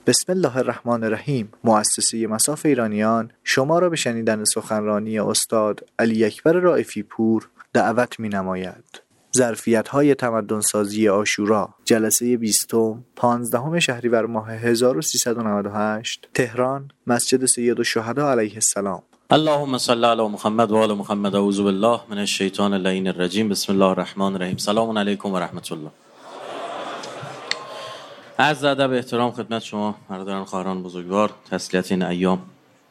بسم الله الرحمن الرحیم. مؤسسه مصاف ایرانیان شما را به شنیدن سخنرانی استاد علی اکبر رائفی پور دعوت می‌نماید. ظرفیت‌های تمدن‌سازی عاشورا، جلسه 20 15 شهریور ماه 1398، تهران، مسجد سیدالشهدا علیه السلام. اللهم صل علی محمد و آل محمد. اعوذ بالله من الشیطان اللعین الرجیم. بسم الله الرحمن الرحیم. سلام علیکم و رحمت الله. عرض ادب احترام خدمت شما برادران خواهران بزرگوار، تسلیت این ایام.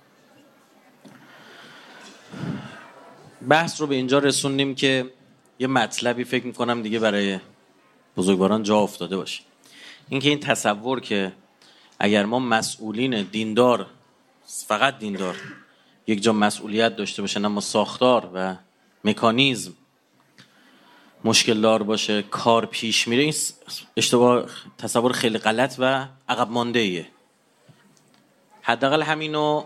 بحث رو به اینجا رسوندیم که یه مطلبی فکر میکنم دیگه برای بزرگواران جا افتاده باشه. اینکه این تصور که اگر ما مسئولین دیندار، فقط دیندار، یک جا مسئولیت داشته باشن اما ساختار و مکانیزم مشکل دار باشه کار پیش میره، این اشتباه، تصور خیلی غلط و عقب مانده ایه. حداقل همینو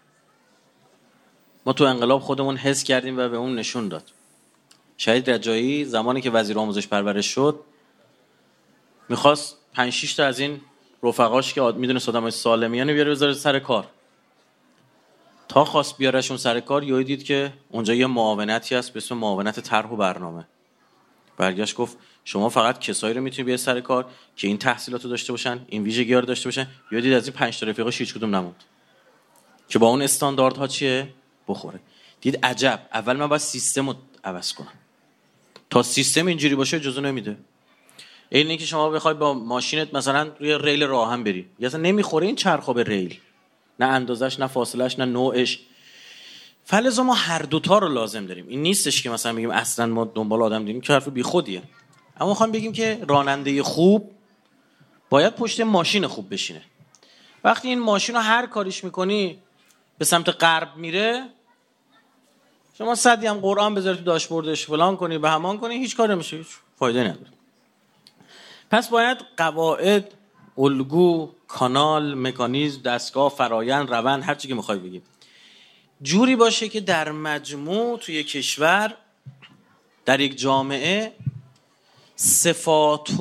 ما تو انقلاب خودمون حس کردیم و به اون نشون داد. شهید رجایی زمانی که وزیر آموزش پرورش شد میخواست 5-6 تا از این رفقاش که میدونست آدمای سالمیانه بیاره بذاره سر کار. تا خواست بیارشون سر کار یهو دید که اونجا یه معاونتی هست به اسم معاونت طرح و برنامه. برگشت گفت شما فقط کسایی رو میتونید بیارید سر کار که این تحصیلاتو داشته باشن، این ویژگی‌ها رو داشته باشن. یهو دید از این 5 تا رفیقاش هیچ کدوم نموند که با اون استانداردها چیه بخوره. دید عجب، اول من باید سیستم رو عوض کنم. تا سیستم اینجوری باشه اجازه نمیده. اینه که شما بخوای با ماشینت مثلا روی ریل راهن بری، یا اصلا نمیخوره این چرخا به ریل، نه اندازش، نه فاصلش، نه نوعش. فلزا ما هر دوتا رو لازم داریم. این نیستش که مثلا بگیم اصلا ما دنبال آدم داریم، که حرف بیخودیه. اما میخوام بگیم که راننده خوب باید پشت ماشین خوب بشینه. وقتی این ماشین رو هر کاریش میکنی به سمت غرب میره، شما صدی هم قرآن بذاری تو داشبوردش فلان کنی به همان کنی، هیچ کاری نمیشه، هیچ فایده نداره. پس باید قواعد، الگو، کانال، مکانیزم، دستگاه، فرایند، روند، هر چی که میخوای بگیم جوری باشه که در مجموع توی کشور، در یک جامعه صفات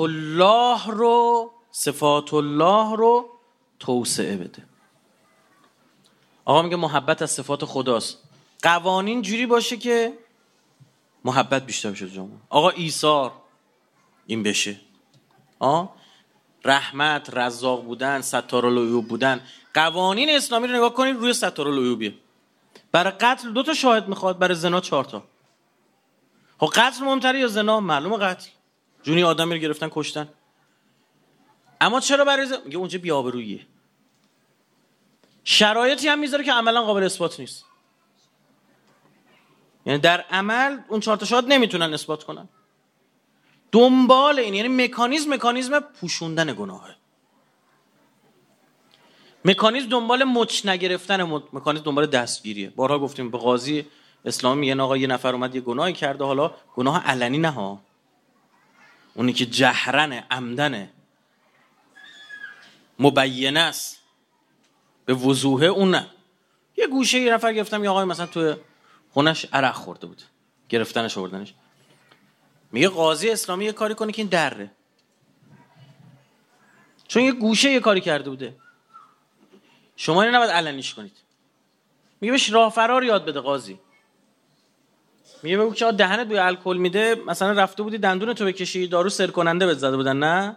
الله رو توسعه بده. آقا میگه محبت از صفات خداست. قوانین جوری باشه که محبت بیشتر بشه تو جامعه. آقا ایثار این بشه. رحمت، رزاق بودن، ستارالعیوب بودن. قوانین اسلامی رو نگاه کنید، روی ستارالعیوبیه. برای قتل 2 تا شاهد میخواد، برای زنا 4 تا. خب قتل مهمتره یا زنا؟ معلومه قتل. جونی آدمی رو گرفتن کشتن. اما چرا برای میگه اونجا بی‌آبروییه. شرایطی هم میذاره که عملا قابل اثبات نیست. یعنی در عمل اون 4 تا شاهد نمیتونن اثبات کنن. دنبال این، یعنی مکانیزم پوشوندن گناهه. مکانیزم دنبال مچ نگرفتن، مکانیزم دنبال دستگیریه. بارها گفتیم به قاضی اسلامی میگن آقا یه نفر اومد یه گناهی کرده، حالا گناه علنی نه ها، اونی که جهرن، عمدنه، مبینه است به وضوحه، اون نه. یه گوشه یه نفر گرفتم، یه آقای مثلا تو خونش عرق خورده بود، گرفتنش آوردنش. میگه قاضی اسلامی یه کاری کنه که این دره، چون یه گوشه یه کاری کرده بوده، شما اینو نباید علنیش کنید. میگه بهش راه فرار یاد بده قاضی. میگه بگو که دهنت بوی الکل میده، مثلا رفته بودی دندون تو بکشی، دارو سر کننده بهت زده بودن، نه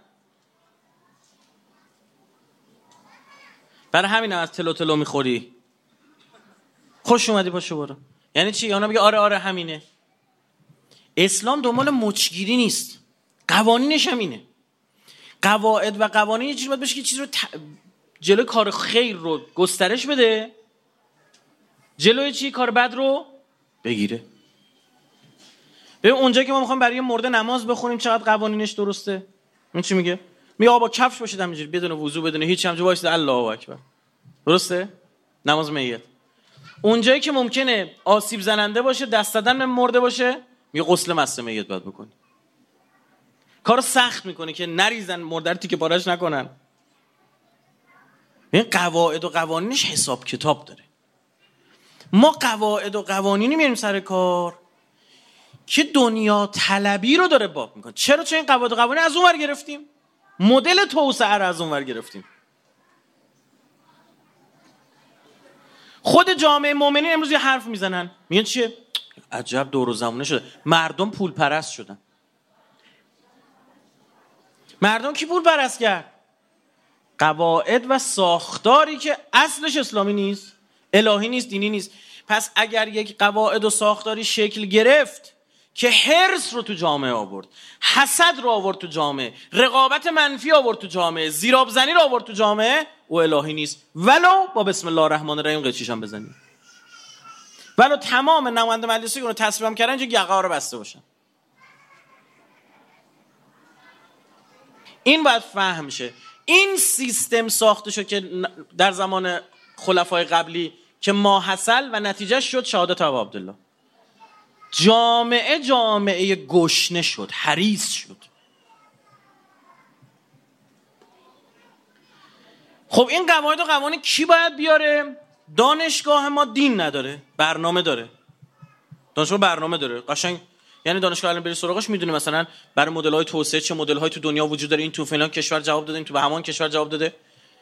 برای همین از تلو میخوری، خوش اومدی پاشو برو. یعنی چی؟ اونا میگه آره همینه. اسلام دنبال مچگیری نیست، قوانینش همینه. قواعد و قوانین یه چیزی باید باشه که چیزی رو جلوی کار خیر رو گسترش بده، جلوی چی کار بد رو بگیره. ببین اونجا که ما میخوایم برای مرده نماز بخونیم چقدر قوانینش درسته. این چی میگه؟ میگه آقا با کفش باشید همینجوری بدون وضو، بدون هیچ همجا وایسید الله اکبر. درسته؟ نماز میت. اونجایی که ممکنه آسیب زننده باشه، دست دادن به مرده باشه، میگه غسل مست میت باید بکنی. کارو سخت میکنه که نریزن مرده رو تیکه پارش نکنن. این قواعد و قوانینش حساب کتاب داره. ما قواعد و قوانینی میاریم سر کار که دنیا طلبی رو داره باب میکنه. چرا؟ چون این قواعد و قوانین از اون ور گرفتیم، مدل توسعه رو از اون ور گرفتیم. خود جامعه مؤمنین امروز یه حرف میزنن، میگن چیه؟ عجب دور و زمونه شده، مردم پول پرست شدن. مردم کی پول پرست کرد؟ قواعد و ساختاری که اصلش اسلامی نیست، الهی نیست، دینی نیست. پس اگر یک قواعد و ساختاری شکل گرفت که حرص رو تو جامعه آورد، حسد رو آورد تو جامعه، رقابت منفی آورد تو جامعه، زیرآبزنی رو آورد تو جامعه، او الهی نیست. ولو با بسم الله الرحمن الرحیم قیچیش هم بزنیم، ولو تمام نماینده مجلسی اون رو تصویب کردن اینجا یقه ها رو بسته باشن. این باید فهم شه. این سیستم ساخته شد که در زمان خلفای قبلی که ماحصل و نتیجه شد شهادت ابا عبدالله. جامعه گشنه شد، حریص شد. خب این قواعد و قوانین کی باید بیاره؟ دانشگاه ما دین نداره، برنامه داره. دانشگاه برنامه داره قشنگ. یعنی دانشگاه الان بری سراغش میدونه مثلا برای مدل‌های توسعه چه مدل‌های تو دنیا وجود داره، این تو فلان کشور جواب داده، این تو به همان کشور جواب داده.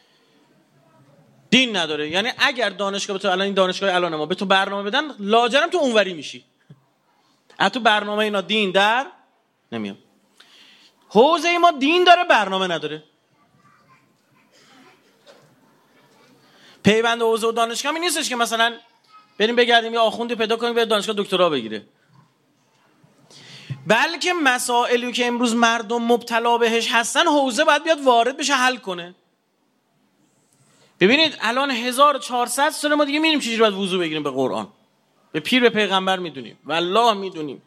دین نداره. یعنی اگر دانشگاه به تو الان این دانشگاه الان ما به تو برنامه بدن، لاجرم تو اونوری میشی. تو برنامه اینا دین در نمیاد. حوزه ما دین داره، برنامه نداره. پیوند حوزه و دانشگاه این نیستش که مثلا بریم بگردیم یه آخوندی پیدا کنیم به دانشگاه دکترا بگیره، بلکه مسائلی که امروز مردم مبتلا بهش هستن حوزه باید بیاد وارد بشه، حل کنه. ببینید الان 1400 سال ما دیگه میدونیم چجوری باید وضو بگیریم به قرآن، به پیر، به پیغمبر میدونیم، والله میدونیم.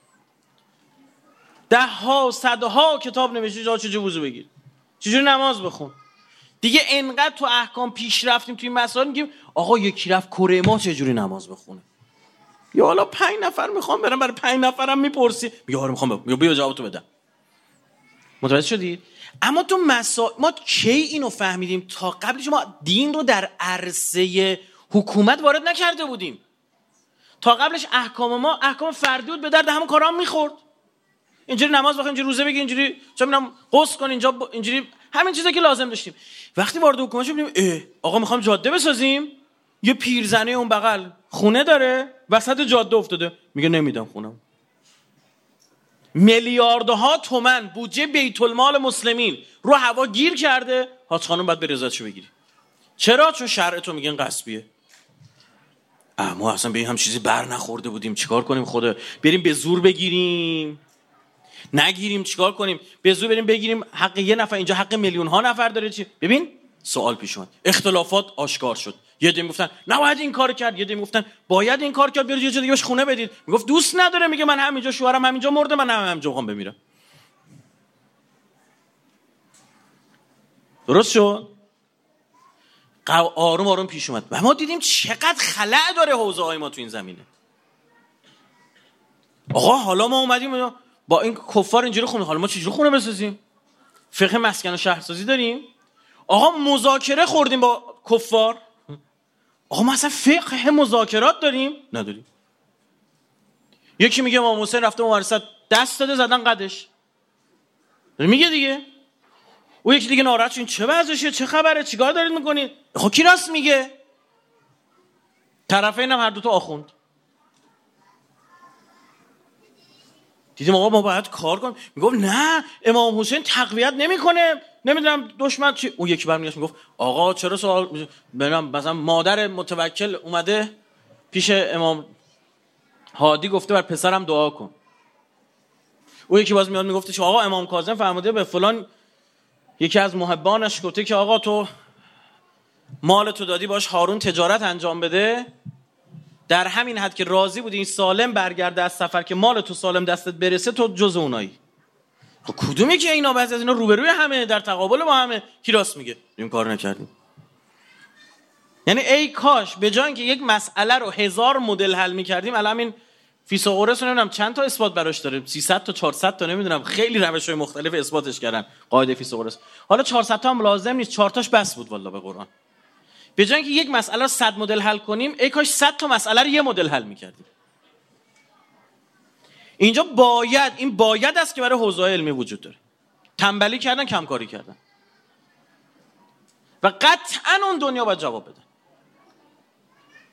ده ها صدها کتاب نوشته چجوری وضو بگیر، چجوری نماز بخون. دیگه انقدر تو احکام پیش رفتیم توی مسائل میگیم آقا یکی رفت کره ما چجوری نماز بخونه، یا حالا 5 نفر میخوام برم برای 5 نفرم میپرسی، میگه آره میخوام بیا جوابتو بدم. متوجه شدید؟ اما تو ما کی اینو فهمیدیم؟ تا قبلش ما دین رو در عرصه حکومت وارد نکرده بودیم. تا قبلش احکام ما احکام فردی بود، به درد همون کارا میخورد. اینجوری نماز بخون، اینجوری روزه بگیر، اینجوری چه میدونم غسل کن، اینجا اینجوری همین چیزا که لازم داشتیم. وقتی وارد حکومت شدیم آقا میخوام جاده بسازیم، یه پیرزنه اون بغل خونه داره وسط جاده افتاده، میگه نمیدم خونم. میلیاردها تومان بودجه بیت المال مسلمین رو هوا گیر کرده، حاج خانم باید به رضایتشو بگیری. چرا؟ چون شرع تو میگن غصبیه. ما اصلا به این هم چیزی بر نخورده بودیم، چیکار کنیم؟ خدا بریم به زور بگیریم؟ نگیریم چیکار کنیم؟ به زور بریم بگیریم حق یه نفر، اینجا حق میلیون ها نفر داره. چی؟ ببین سوال پیش اومد، اختلافات آشکار شد. یه عده میگفتن نباید این کارو کرد، یه عده میگفتن باید این کار کرد، برید یه جا دیگه بهش خونه بدید. میگفت دوست نداره، میگه من همینجا شوهرم همینجا مرده، من همینجا میخوام بمیرم. درست شد؟ آروم آروم پیش اومد و ما دیدیم چقدر خلأ داره حوزه های ما تو این زمینه. آقا حالا ما اومدیم با این کفار اینجوری خونه، حالا ما چجوری خونه بسازیم؟ فقه مسکن و شهرسازی داریم. آقا مذاکره خوردیم با کفار. آقا ما اصلا فقه مذاکرات داریم؟ نداریم. یکی میگه امام حسین رفته ممارست دست داده زدن قدش، میگه دیگه. او یکی دیگه ناراحت شد این چه وضعشه، چه خبره، چیکار دارید میکنید؟ آقا کی راست میگه؟ طرفین هم هر دو تا آخوند. دیدیم آقا ما باید کار کنیم. میگفت نه امام حسین تقویت نمیکنه، نمیدونم دشمن چی. اون یکی برمیگشت میگفت آقا چرا سوال برام، مثلا مادر متوکل اومده پیش امام هادی گفته بر پسرم دعا کن. اون یکی باز میاد میگفت آقا امام کاظم فرموده به فلان یکی از محبانش گفته که آقا تو مال تو دادی باش هارون تجارت انجام بده، در همین حد که راضی بودی این سالم برگرده از سفر که مال تو سالم دستت برسه تو جز اونایی. خب کدومی که اینا بعضی از اینا روبروی همه در تقابل با همه، کی راست میگه؟ این کار نکردیم. یعنی ای کاش به جای اینکه یک مسئله رو 1000 مدل حل میکردیم، الان این فیثاغورس نمیدونم چند تا اثبات براش داره، 300 تا 400 تا نمیدونم، خیلی روش‌های مختلف اثباتش کردن قاعده فیثاغورس. حالا 400 تا هم لازم نیست، 4 تاش بس بود والله به قرآن. به جای اینکه یک مسئله رو 100 مدل حل کنیم، ای کاش 100 تا مسئله رو یه مدل حل میکردیم. اینجا باید است که برای حوزه علمی وجود داره. تنبلی کردن، کمکاری کردن و قطعاً اون دنیا باید جواب بدن.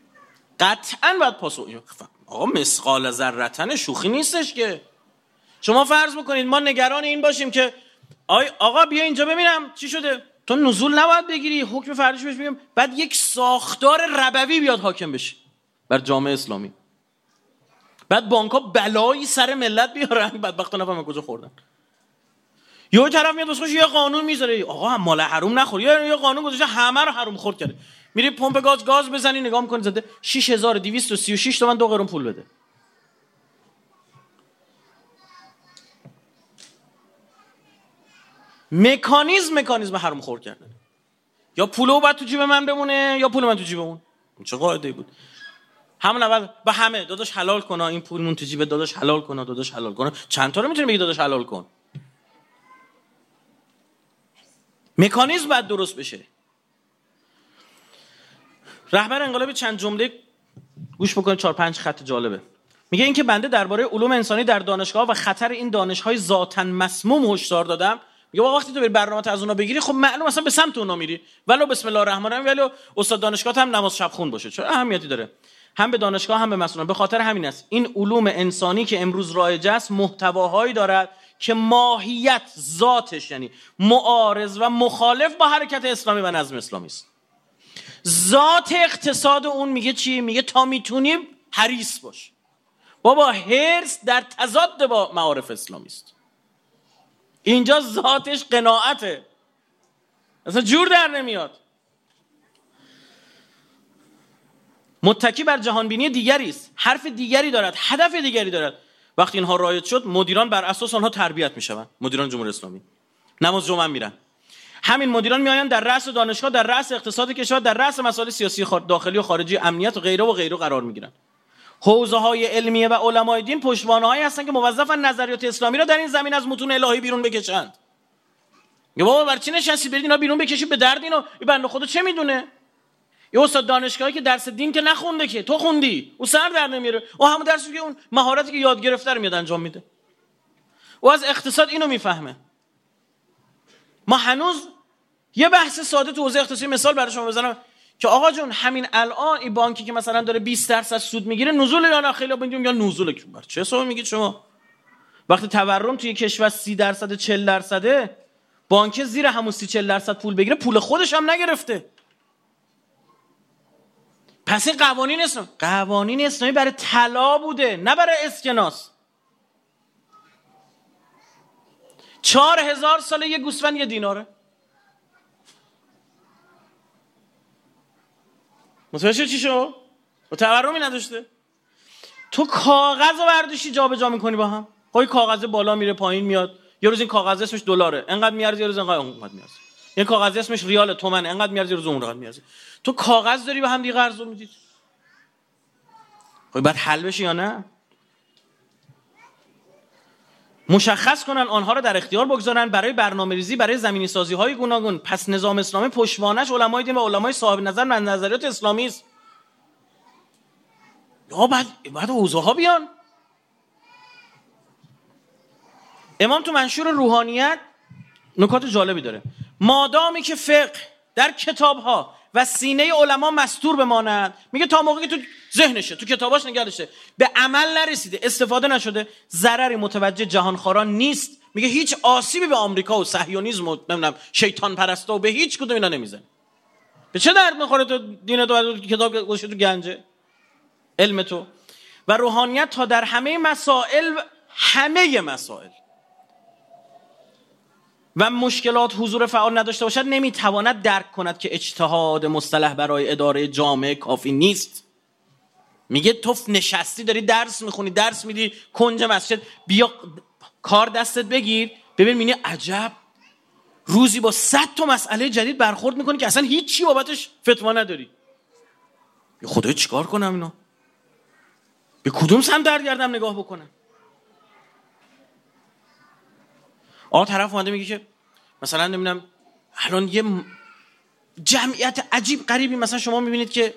قطعاً باید پاسخ. آقا مثقال ذره‌تن شوخی نیستش که. شما فرض بکنید ما نگران این باشیم که آقا بیا اینجا ببینم چی شده. تو نزول نباید بگیری، حکم فردیش بهش بگیم، بعد یک ساختار ربوی بیاد حاکم بشه بر جامعه اسلامی، بعد بانک‌ها بلایی سر ملت بیارن، بدبختا نفهمن کجا خوردن. یه طرف میاد واسه یه قانون میذاره آقا مال حروم نخور، یه قانون گذاشته همه رو حروم خورد کرده. میری پمپ گاز بزنی نگاه می‌کنی زده 6236 تومن 2 قرون پول بده. مکانیزم حروم خور کردن. یا پولو باید تو جیب من بمونه یا پول من تو جیب اون. چه قاعده‌ای بود؟ همون اول به همه داداش حلال کن، این پولمون تو جیب داداش حلال کن، داداش حلال کن. چند تا رو میتونی بگی داداش حلال کن؟ مکانیزم باید درست بشه. رهبر انقلابی چند جمله گوش بکنید، 4-5 خط جالبه. میگه این که بنده درباره علوم انسانی در دانشگاه و خطر این دانش‌های ذاتاً مسموم هشدار دادم. میگه وقتی تو بری برنامه‌ت از اونا بگیری، خب معلوم اصلا به سمت اونا میری، ولو بسم الله الرحمن الرحیم، ولو استاد دانشگاهت هم نماز شب خون باشه، چه اهمیتی داره؟ هم به دانشگاه هم به مسئولان. به خاطر همین است این علوم انسانی که امروز رایج است محتواهایی دارد که ماهیت ذاتش یعنی معارض و مخالف با حرکت اسلامی و نظم اسلامی است. ذات اقتصاد اون میگه چی؟ میگه تا میتونی حریص باش. بابا حرص در تضاد با معارف اسلامی است. اینجا ذاتش قناعته، اصلا جور در نمیاد. متکی بر جهانبینی دیگری است، حرف دیگری دارد، هدف دیگری دارد. وقتی اینها رایج شد مدیران بر اساس آنها تربیت میشوند. مدیران جمهوری اسلامی نماز جمعه میرن، همین مدیران میآیند در رأس دانشگاه، در رأس اقتصاد کشور، در رأس مسائل سیاسی داخلی و خارجی، امنیت و غیره قرار میگیرن. حوزه‌های علمیه و علمای دین پشتوانه‌هایی هستند که موظفن نظریات اسلامی را در این زمین از متون الهی بیرون بکشند. یا بابا برای چی نشستی برید اینا بیرون بکشید؟ به درد اینا این بنده خدا چه میدونه؟ یه استاد دانشگاهی که درس دین که نخونده، که تو خوندی، او سر در نمیاره، او همون درسی که اون مهارتی که یاد گرفته رو میاد انجام میده. او از اقتصاد اینو میفهمه. ما هنوز یه بحث ساده تو حوزه اقتصادی مثال برای شما بزنم که آقا جون همین الان این بانکی که مثلا داره 20% سود میگیره نزول یا نه؟ خیلی میگیم یا نزول. بر چه حسابی میگید شما؟ وقتی تورم توی کشور 30% 40%، بانک زیر همون 30-40% پول بگیره، پول خودش هم نگرفته. پس این قوانین اسلامی برای طلا بوده، نه برای اسکناس. 4000 ساله یه گوسفند یه دیناره. متوجه چی شو؟ و تورمی نداشته. تو کاغذ رو برداشتی جابجا میکنی با هم. خب کاغذ بالا میره پایین میاد. یه روز این کاغذ اسمش دلاره، انقدر میارزه، یه روز انقدر میارزه. یه کاغذ اسمش ریال تومن، انقدر میارزه، یه روز اونقدر میارزه. تو کاغذ داری به هم دیگه قرض میدید. خب بعد حل بشه یا نه؟ مشخص کنن آنها را در اختیار بگذارن برای برنامه‌ریزی برای زمینی سازی‌های گوناگون. پس نظام اسلامی پشتوانش علمای دین و علمای صاحب نظر من نظریات اسلامی است. یا بعد حوزه‌ها بیان. امام تو منشور روحانیت نکات جالبی داره. مادامی که فقه در کتاب‌ها و سینه علما مستور بماند، میگه تا موقعی که تو ذهنشه، تو کتاباش نگه داشته، به عمل نرسیده، استفاده نشده، ضرری متوجه جهانخواران نیست. میگه هیچ آسیبی به آمریکا و صهیونیسم و نمیدونم شیطان پرستا و به هیچ کدوم اینا نمیزنه. به چه درد میخوره تو دین تو کتاب گوشه تو گنجه علم تو؟ و روحانیت تا در همه مسائل و مشکلات حضور فعال نداشته باشد نمیتواند درک کند که اجتهاد مصطلح برای اداره جامعه کافی نیست. میگه تو نشستی داری درس میخونی، درس میدی کنج مسجد، بیا کار دستت بگیر ببین، میبینی عجب روزی با 100 تا مسئله جدید برخورد میکنی که اصلا هیچی بابتش فتوا نداری. یا خدای چیکار کنم اینا؟ به کدوم سمت درگردم نگاه بکنم؟ طرف اومده میگه که مثلا نمیدونم الان یه جمعیت عجیب غریبی، مثلا شما میبینید که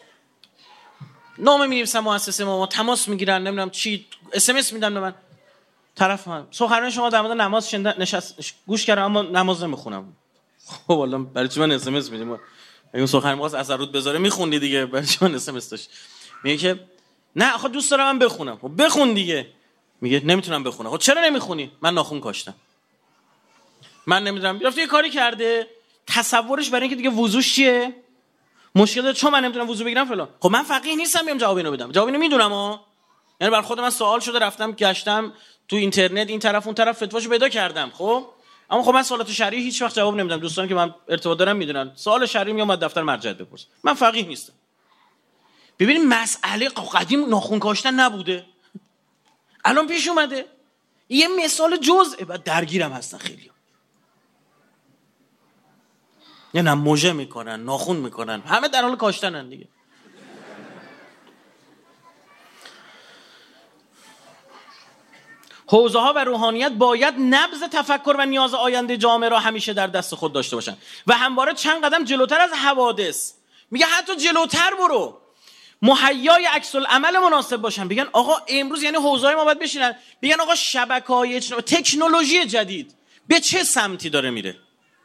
نامه می‌نویسن مؤسسه ما تماس میگیرن، نمیدونم چی، SMS میدن به من. طرف من سخنرانی شما در مورد نماز گوش کردم اما نماز نمیخونم. خب والله برای چی من SMS میدیم؟ اگه سخنرانی واسه اثر رود بذاره میخوندی دیگه، برای چی من SMS داشت؟ میگه که نه آخه دوست دارم من بخونم. خب بخون دیگه. میگه نمیتونم بخونم. خب چرا نمیخونی؟ من ناخن کاشتم. من نمیدونم. رفته یه کاری کرده، تصورش برای اینکه دیگه وضوش چیه؟ مشکل داره، چون من نمیتونم وضو بگیرم فلان. خب من فقیه نیستم بیام جواب اینو بدم. جواب اینو میدونم یعنی بر خود من سوال شده، رفتم گشتم تو اینترنت این طرف اون طرف فتواشو پیدا کردم. خب اما خب من سوالات شرعی هیچ وقت جواب نمیدم. دوستان که من ارتباط دارم میدونن سوال شرعی میام دفتر مرجع بپرس. من فقیه نیستم. ببینید مسئله قدیم ناخن کاشتن نبوده، الان پیش اومده. یه مثال جزء بعد درگیرم هستن خیلی. یعنی نه موجه میکنن، ناخن میکنن، همه در حال کاشتنن دیگه. حوزه ها و روحانیت باید نبض تفکر و نیاز آینده جامعه را همیشه در دست خود داشته باشن و همواره چند قدم جلوتر از حوادث. میگه حتی جلوتر برو، مهیای عکس العمل مناسب باشن. بگن آقا امروز یعنی حوزه‌های ما باید بشینن بگن آقا شبکه‌های تکنولوژی جدید به چه سمتی داره میره.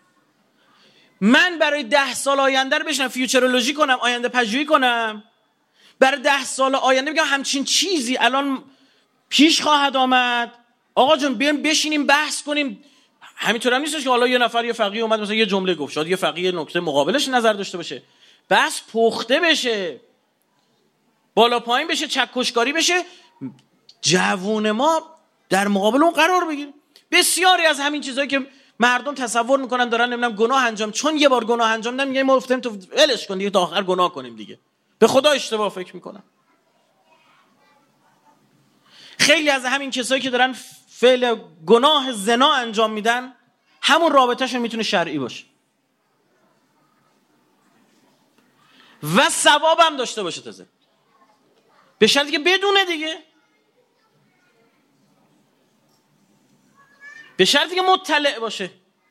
من برای 10 سال آینده رو بشینم فیوچرولوژی کنم، آینده پژوهی کنم، برای 10 سال آینده بگم همچین چیزی الان پیش خواهد آمد. آقا جون بیایم بشینیم بحث کنیم. همینطور هم نیستش که حالا یه نفر یه فقیه اومد مثلا یه جمله گفت، شاید یه فقیه نکته مقابلش نظر داشته باشه، بحث پخته بشه، بالا پایین بشه، چکشکاری بشه، جوون ما در مقابل اون قرار بگیره. بسیاری از همین چیزایی که مردم تصور میکنن دارن نمیدونم گناه انجام، چون یه بار گناه انجام دادن میگن ما گفتیم تو ولش کن دیگه تا آخر گناه کنیم دیگه. به خدا اشتباه فکر میکنن. خیلی از همین کسایی که دارن فعل گناه زنا انجام میدن همون رابطهشون میتونه شرعی باشه و ثواب هم داشته باشه، تازه به شرطی که بدونه دیگه، به شرطی که مطلع باشه.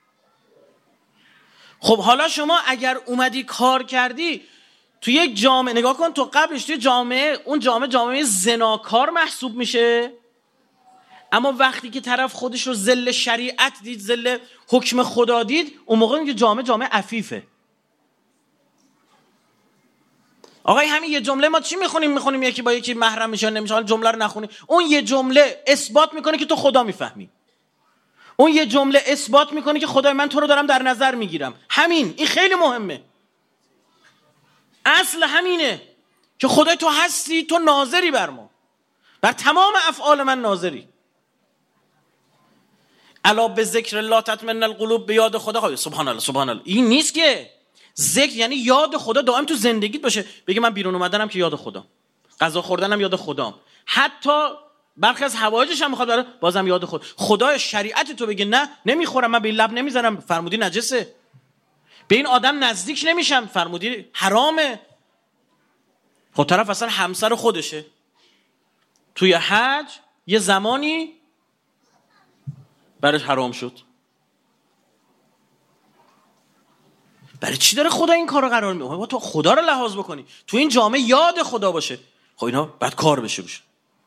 خب حالا شما اگر اومدی کار کردی تو یک جامعه، نگاه کن تو قبلش توی جامعه، اون جامعه زناکار محسوب میشه، اما وقتی که طرف خودش رو ذل شریعت دید، ذل حکم خدا دید، اون موقع میگه جامعه عفیفه. آقای همین یه جمله ما چی میخونیم یکی با یکی محرم میشه نمیشه، حالا جمله رو نخونی، اون یه جمله اثبات میکنه که تو خدا میفهمی، اون یه جمله اثبات میکنه که خدای من تو رو دارم در نظر میگیرم. همین، این خیلی مهمه. اصل همینه که خدای تو هستی، تو ناظری بر ما، بر تمام افعال من ناظری. الا به ذکر الله تطمئن القلوب، به یاد خدا. خب سبحان الله سبحان الله، این نیست که ذکر یعنی یاد خدا دائم تو زندگیت باشه. بگه من بیرون اومدنم که یاد خدا، غذا خوردنم یاد خدام، حتی برخی از حوایجش هم میخواد برای بازم یاد خدای شریعت تو بگه نه نمیخورم، من به این لب نمیزنم، فرمودی نجسه، به این آدم نزدیک نمیشم، فرمودی حرامه. خب طرف اصلا همسر خودشه، توی حج یه زمانی برش حرام شد. برای چی داره خدا این کارو قرار میده؟ تو خدا رو لحاظ بکنی، تو این جامعه یاد خدا باشه. خب اینا بعد کار بشه روش.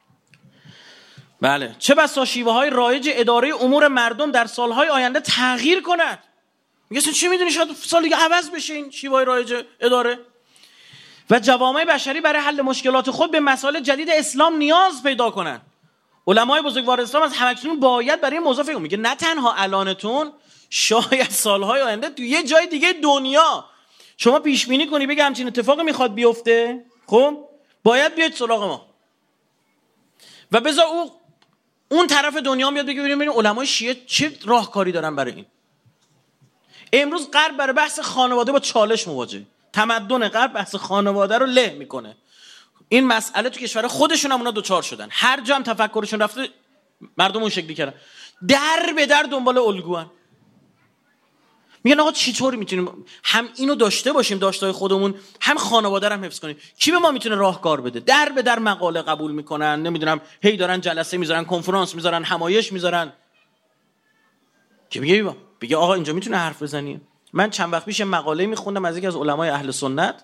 بله، چه بسا شیوه های رایج اداره امور مردم در سالهای آینده تغییر کند. میگه چی میدونی شاید سال دیگه عوض بشه این شیوه های رایج اداره و جوامع بشری برای حل مشکلات خود به مسائل جدید اسلام نیاز پیدا کنند. علمای بزرگوار اسلام از همکنون باید برای این موضوع فکر کنن. میگه نه تنها الانتون، شاید سالهای آینده تو یه جای دیگه دنیا شما پیش بینی کنی بگه همچین اتفاقی میخواد بیفته، خب باید بیاید سراغ ما و بذار اون طرف دنیا بیاد بگه ببینیم علمای شیعه چه راهکاری دارن برای این. امروز غرب برای بحث خانواده با چالش مواجهه. تمدن غرب بحث خانواده رو له میکنه. این مسئله تو کشور خودشون هم اونا دوچار شدن. هر جا هم تفکرشون رفته مردم اون شکلی کردن. در به در دنبال الگوان. میگن آقا چطوری میتونیم هم اینو داشته باشیم، داشته‌های خودمون، هم خانواده رو هم حفظ کنیم؟ کی به ما میتونه راهکار بده؟ در به در مقاله قبول میکنن، نمیدونم هی دارن جلسه میذارن، کنفرانس میذارن، همایش میذارن. کی بگه آقا اینجا میتونه حرف بزنی؟ من چند وقت پیش مقاله میخوندم از یکی از علمای اهل سنت،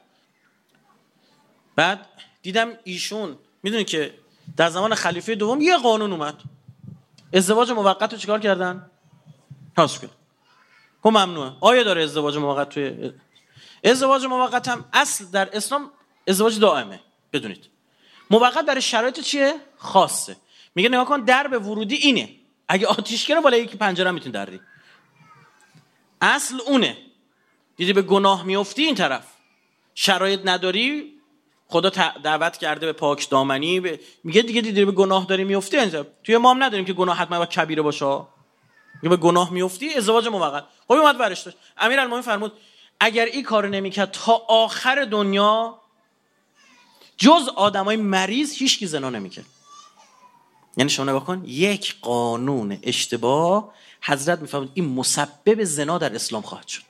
بعد دیدم ایشون میدونی که در زمان خلیفه دوم یه قانون اومد، ازدواج موقت رو چیکار کردن؟ حذف کردن. خب ممنوعه. آیه داره ازدواج موقت؟ توی ازدواج موقت هم اصل در اسلام ازدواج دائمه، بدونید موقت برای شرایط چیه؟ خاصه. میگه نگاه کن درب ورودی اینه، اگه آتیش گرفت بالا یکی پنجره میتونی دری. اصل اونه. دیدی به گناه میافتی این طرف، شرایط نداری، خدا دعوت کرده به پاک دامنی، میگه دیگه دیدی به گناه داری میافتی اینجا. توی ما هم نداریم که گناه حتما باید کبیره باشه. میگه به گناه میافتی ازدواج موقت. خب اومد ورش داشت. امیرالمومنین فرمود اگر این کارو نمیکرد تا آخر دنیا جز آدمای مریض هیچ کی زنا نمیکرد. یعنی شما نگاه کن یک قانون اشتباه حضرت میفهمید این مسبب زنا در اسلام خواهد شد.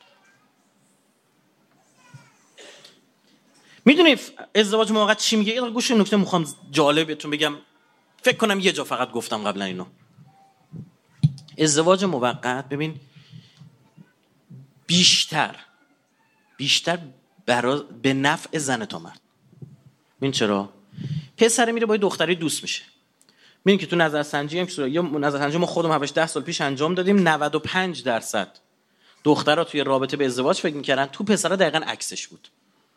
میدونی ازدواج موقت چی میگه؟ یه گوش نکته میخوام جالب بهتون بگم، فکر کنم یه جا فقط گفتم قبلا اینو. ازدواج موقت ببین بیشتر به نفع زن تا مرد. ببین چرا؟ پسر میره با دختری دوست میشه. ببین که تو نظرسنجی هم یا نظرسنجی ما خودم 10 سال پیش انجام دادیم، 95% دخترها توی رابطه به ازدواج فکر میکردن، تو پسرها دقیقاً عکسش بود.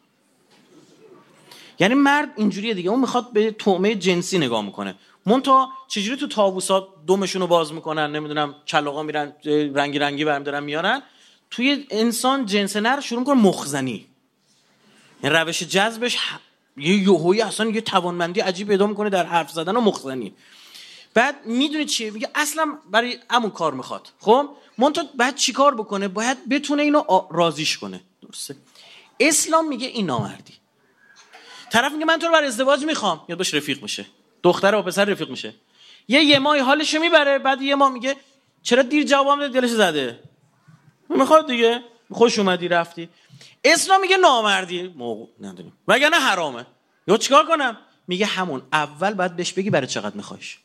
یعنی مرد اینجوریه دیگه، اون میخواد به طعمه جنسی نگاه میکنه. مونتا چجوری تو طاووسا دمشونو باز میکنن، نمیدونم کلاغا میرن رنگی رنگی برم دارن میارن، توی انسان جنس نر شروع میکنه مخزنی. این روش جذبش یه یوهویی اصلا یه توانمندی عجیب پیدا میکنه در حرف زدن و مخزنی. بعد میدونی چیه میگه؟ اصلا برای همون کار میخواد. خب مونتا بعد چیکار بکنه؟ باید بتونه اینو راضیش کنه. درسته؟ اسلام میگه این نامردی. طرف میگه من تو رو برای ازدواج میخوام، یاد باش رفیق میشه، دختر با پسر رفیق میشه، یه ماه حالشو میبره، بعد یه ماه میگه چرا دیر جوابم دادی؟ دلش زده، میخواد دیگه، خوش اومدی رفتی. اسلام میگه نامردی موقع نداریم وگرنه حرامه. یا چیکار کنم؟ میگه همون اول باید بهش بگی برای چقدر میخوایش.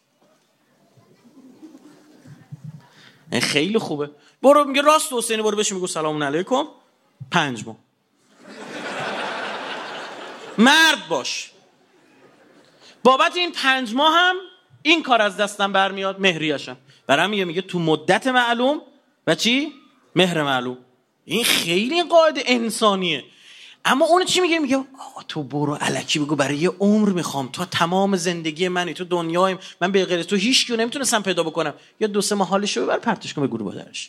خیلی خوبه. برو میگه راست حسینی، برو بهش میگو سلام علیکم 5 ماه. مرد باش. بابت این 5 ماه هم این کار از دستم برمیاد، مهریشم. برام میگه تو مدت معلوم و چی؟ مهر معلوم. این خیلی این قاعده انسانیه. اما اون چی میگه؟ میگه آقا تو برو الکی بگو برای یه عمر میخوام، تو تمام زندگی منی، تو دنیایم، من به غیر تو هیچ کیو نمیتونستم پیدا بکنم. یا 2-3 ماه حالشو ببر پرتش کن به گروه بادرش.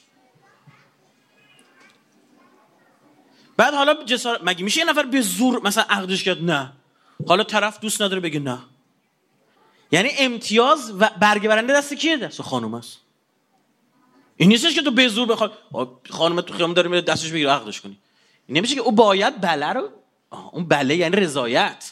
بعد حالا مگه میشه یه نفر به زور مثلا عقدش کرد؟ نه. حالا طرف دوست نداره بگه نه. یعنی امتیاز و برگه برنده دست کیه؟ دست خانوم است. این نیستش که تو به زور بخوای خانم تو خیام داره میره دستش بگیره عقدش کنی. این نمیشه که او باید بله رو اون بله یعنی رضایت.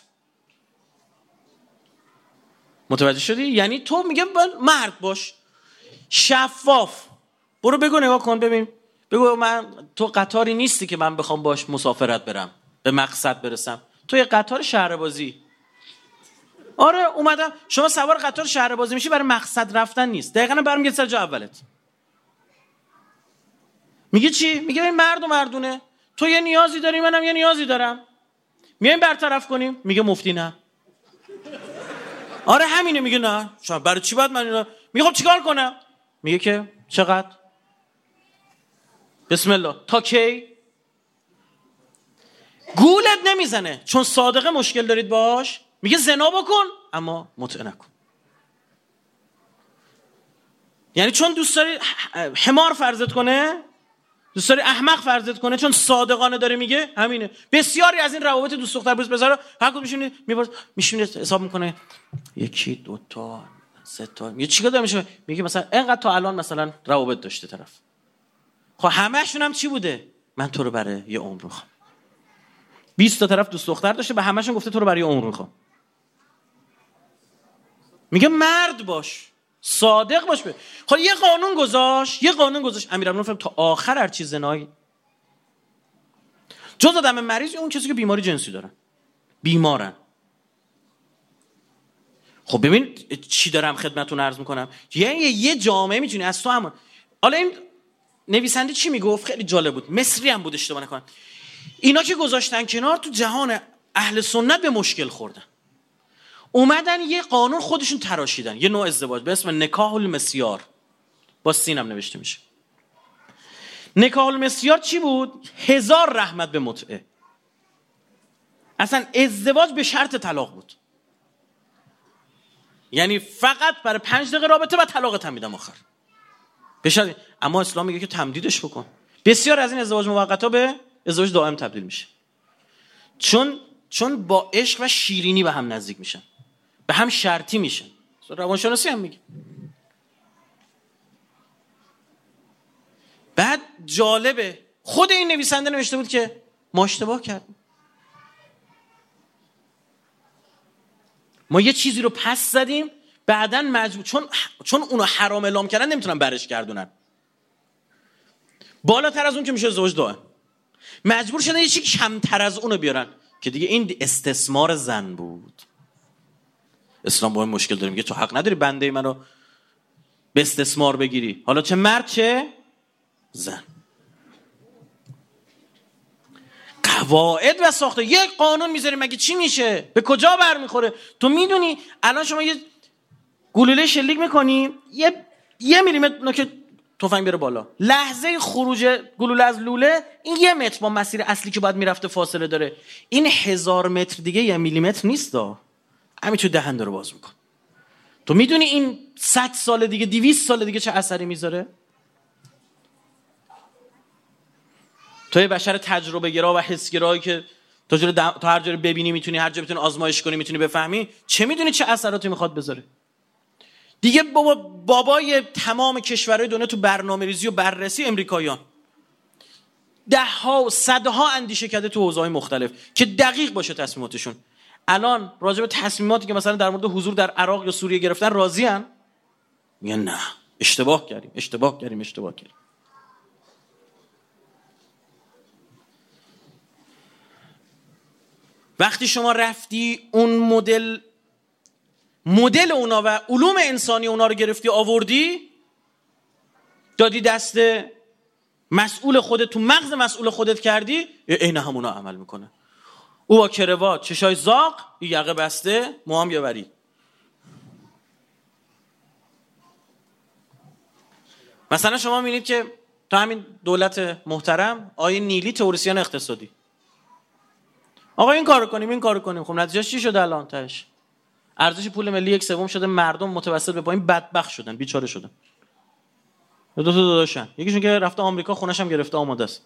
متوجه شدی؟ یعنی تو میگه مرد باش، شفاف. برو بگو نگاه کن ببین، بگو من تو قطاری نیستی که من بخوام باش مسافرت برم به مقصد برسم، تو یه قطار شهربازی. آره اومدم، شما سوار قطار شهربازی میشی برای مقصد رفتن نیست، دقیقاً برمیگرد سر جا اولت. میگه چی؟ میگه این مرد و مردونه، تو یه نیازی داری منم یه نیازی دارم، میایم برطرف کنیم. میگه مفتی نه. آره همینه. میگه نه شما برای چی باید من اینا؟ میگه خب چیکار کنم؟ میگه که چقدر؟ بسم الله تا کی؟ گولت نمیزنه چون صادقه مشکل دارید باش، میگه زنا بکن اما متع نکن. یعنی چون دوست داری حمار فرضت کنه، دوست داری احمق فرضت کنه، چون صادقانه داره میگه. همینه. بسیاری از این روابط دوست دختر دوست پسر هر کدوم میشونه حساب میکنه 1 2 تا 3 تا. میگه چیکار داره میشه؟ میگه مثلا اینقدر تا الان مثلا روابط داشته طرف. خب همه‌شون هم چی بوده؟ من تو رو برای یه عمر میخوام. 20 تا طرف دوست دختر داشته، به همه‌شون گفته تو رو برای یه عمر میخوام. میگه مرد باش، صادق باش. خب یه قانون گذاشت امیرالمومنین فرمود تا آخر هر چیز زنایی جز آدم مریض اون کسی که بیماری جنسی دارن، بیمارن. خب ببین چی دارم خدمتتون عرض میکنم. یعنی یه جامعه میتونی از تو همون. حالا این نویسنده چی میگفت؟ خیلی جالب بود، مصری هم بود اشتباه نکنم. اینا که گذاشتن کنار، تو جهان اهل سنت به مشکل خوردن، اومدن یه قانون خودشون تراشیدن، یه نوع ازدواج به اسم نکاح المسیار، با سین هم نوشته میشه. نکاح المسیار چی بود؟ 1000 رحمت به متعه. اصلا ازدواج به شرط طلاق بود. یعنی فقط برای 5 دقیقه رابطه و طلاقت هم میدم آخر. بشه. اما اسلام میگه که تمدیدش بکن. بسیار از این ازدواج موقتا به ازدواج دائم تبدیل میشه. چون با عشق و شیرینی به هم نزدیک میشن، به هم شرطی میشن. روانشناسی هم میگه. بعد جالبه خود این نویسنده نوشته بود که ما اشتباه کردیم، ما یه چیزی رو پس زدیم بعدن مجبور، چون اونو حرام اعلام کردن نمیتونن برش گردونن، بالاتر از اون که میشه ازدواج دائم، مجبور شدن یه چیزی کمتر از اونو بیارن که دیگه این استثمار زن بود. اسلام با این مشکل داره، میگه تو حق نداری بنده منو به استثمار بگیری، حالا چه مرد چه زن. قواعد و ساخته یک قانون میذاری مگه چی میشه؟ به کجا برمیخوره؟ تو میدونی الان شما یه گلوله شلیک میکنی، یه میلیمتر که تفنگ بره بالا، لحظه خروج گلوله از لوله این 1 متر با مسیر اصلی که باید میرفته فاصله داره. این 1000 متر دیگه 1 میلیمتر نیست دا، همین تو دهن داره باز میکن. تو میدونی این 100 سال دیگه 200 سال دیگه چه اثری میذاره؟ توی بشر تجربه گرا و حس گرایی که تا هر جا ببینی میتونی، هر جا بتونی آزمایش کنی، میتونی بفهمی، چه میدونی چه اثراتی میخواد بذاره؟ دیگه بابای تمام کشورهای دنیا تو برنامه‌ریزی و بررسی امریکاییان 10ها و 100ها اندیشه کرده تو حوزه‌های مختلف که دقیق باشه تصمیماتشون. الان راجع به تصمیماتی که مثلا در مورد حضور در عراق یا سوریه گرفتن راضی ان؟ میگن نه، اشتباه کردیم. وقتی شما رفتی اون مدل اونا و علوم انسانی اونا رو گرفتی آوردی، دادی دست مسئول خودت، تو مغز مسئول خودت کردی، عین همونا عمل میکنه. او با کروات، چشای زاغ، یقه بسته، موهام یه. مثلا شما میبینید که تا همین دولت محترم آیه نیلی تئوریسین اقتصادی، آقا این کارو کنیم، خب نتیجهش چی شده الان تاش؟ ارزش پول ملی 1/3 شده، مردم متوسط به پایین بدبخت شدن، بیچاره شدن. دو تا داداشن، یکیشون که رفته آمریکا خونش هم گرفته آماده است.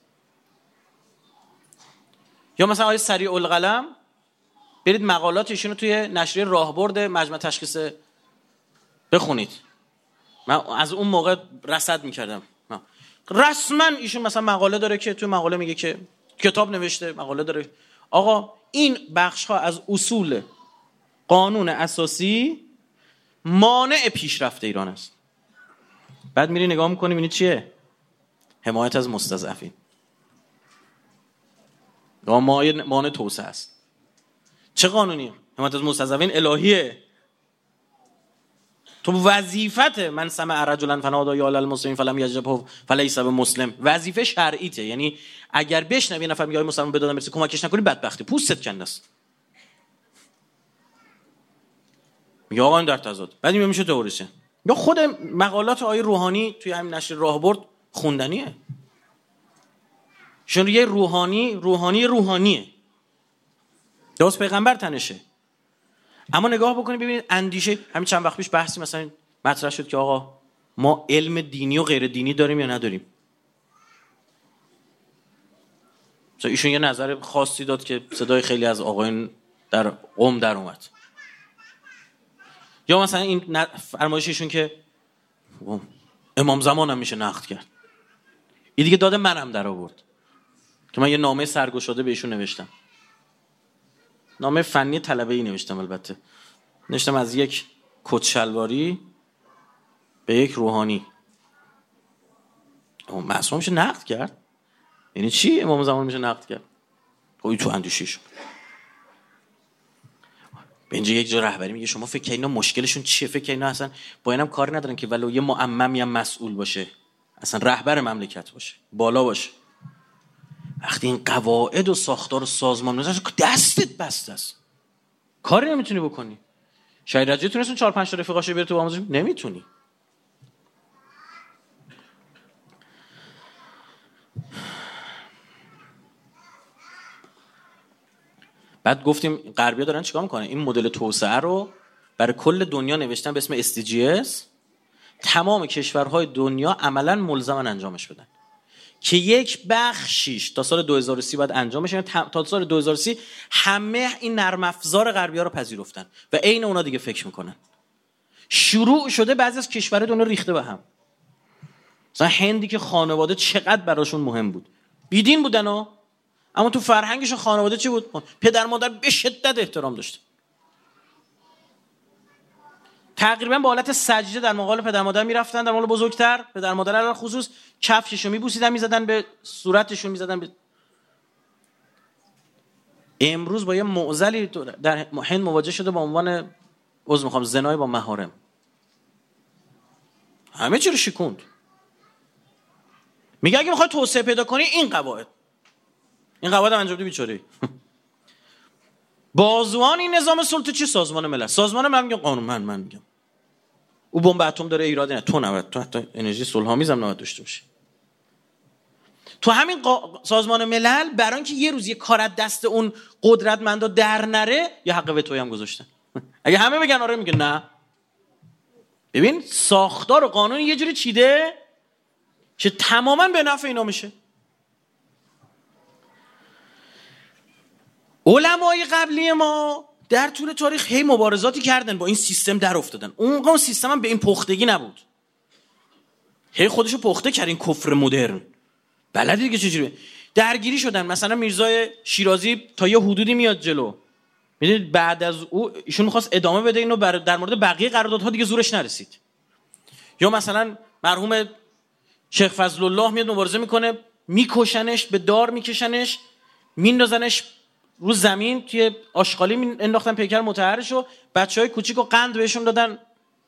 یا مثلا آیه سریع القلم، برید مقالات ایشونو توی نشریه راهبرد مجمع تشخیص بخونید. من از اون موقع رصد می‌کردم. رسما ایشون مثلا مقاله داره که توی مقاله میگه که کتاب نوشته، مقاله داره، آقا این بخش‌ها از اصول قانون اساسی مانع پیشرفت ایران است. بعد میری نگاه میکنی میبینی چیه؟ حمایت از مستضعفین. مانع توسعه است. چه قانونیه؟ حمایت از مستضعفین الهیه. تو وظیفت من سمع رجلا فنادى یا المسلمین فلم یجبه فلیس بمسلم، وظیفه شرعیته. یعنی اگر بشنوی یه نفر میگه آی مسلمان بدادم برسی کمکش نکنی، بدبختی پوستت کنده است. میگه آقا این در تضاد. بعد میشه تئوریسین. یا خود مقالات آیه روحانی توی همین نشر راهبرد خوندنیه. چون یه روحانیه. درست پیغمبر تنشه. اما نگاه بکنید ببینید اندیشه، همین چند وقت پیش بحثی مثلا مطرح شد که آقا ما علم دینی و غیر دینی داریم یا نداریم. مثلا ایشون یه نظر خاصی داد که صدای خیلی از آقایون در قم در اومد. یا مثلا این فرمایششون که امام زمان هم میشه نقد کرد. این دیگه داده منم در آورد که من یه نامه سرگشاده به ایشون نوشتم. نامه فنی طلبه‌ای نوشتم، البته نوشتم از یک کت شلواری به یک روحانی. معصوم میشه نقد کرد؟ یعنی چی امام زمان میشه نقد کرد؟ خب تو اندیشه‌شون. به اینجا یک جا رهبری میگه شما فکر اینا مشکلشون چیه؟ فکر اینا اصلا با اینم کاری ندارن که ولو یه معممی هم مسئول باشه، اصلا رهبر مملکت باشه، بالا باشه. وقتی این قواعد و ساختار و سازمان نمیشه، دستت بسته است، کاری نمیتونی بکنی. شاید رجایی تونستون 4-5 تا رفیقاشو بیاره تو آموزش، نمیتونی. بعد گفتیم غربی‌ها دارن چیکار میکنن؟ این مدل توسعه رو برای کل دنیا نوشتن به اسم SDGs. تمام کشورهای دنیا عملاً ملزمن انجامش بدن که یک بخشیش تا سال 2030 باید انجام بشه. تا سال 2030 همه این نرم افزار غربی‌ها رو پذیرفتن و عین اونا دیگه فکر میکنن. شروع شده بعضی از کشورهای دنیا ریخته به هم. مثلا هندی که خانواده چقدر براشون مهم بود، بیدین بودن اما تو فرهنگشون خانواده چی بود؟ پدر مادر به شدت احترام داشت. تقریبا با حالت سجده در مقابل پدر مادر میرفتن، در مقابل بزرگتر پدر مادر علی خصوص کفششو میبوسیدن، میزدن به صورتشون، میزدن به. امروز با یه معضلی در هند مواجه شده با عنوان زنای با محارم. همه چی رو شکوند. میگه اگه میخوای توسعه پیدا کنی این قواعد هم انجام بده. بیچاره بازوان این نظام سلطه چی؟ سازمان ملل. سازمان ملل میگه قانون. من میگم او بمب اتم داره، ایرادی نه، تو نباید، تو حتی انرژی صلح‌آمیز هم نباید داشته باشی. تو همین سازمان ملل برای اینکه یه روز یه کار از دست اون قدرتمندا در نره یه حق وتویی هم گذاشتن. اگه همه بگن آره میگه نه. ببین ساختار و قانون یه جوری چیده که تماما به نفع اینا میشه. علمای قبلی ما در طول تاریخ هی مبارزاتی کردن با این سیستم، در افتادن. اون سیستم هم به این پختگی نبود. هی خودشو پخته کرد این کفر مدرن. بلدی دیگه چجوری درگیری شدن. مثلا میرزای شیرازی تا یه حدودی میاد جلو، میدونید بعد از او ایشون می‌خواست ادامه بده اینو، در مورد بقیه قراردادها دیگه زورش نرسید. یا مثلا مرحوم شیخ فضل الله میاد مبارزه میکنه، میکشنش، به دار میکشنش، میندازنش رو زمین، توی آشغالی انداختن پیکر مطهرشو، بچهای کوچیکو قند بهشون دادن،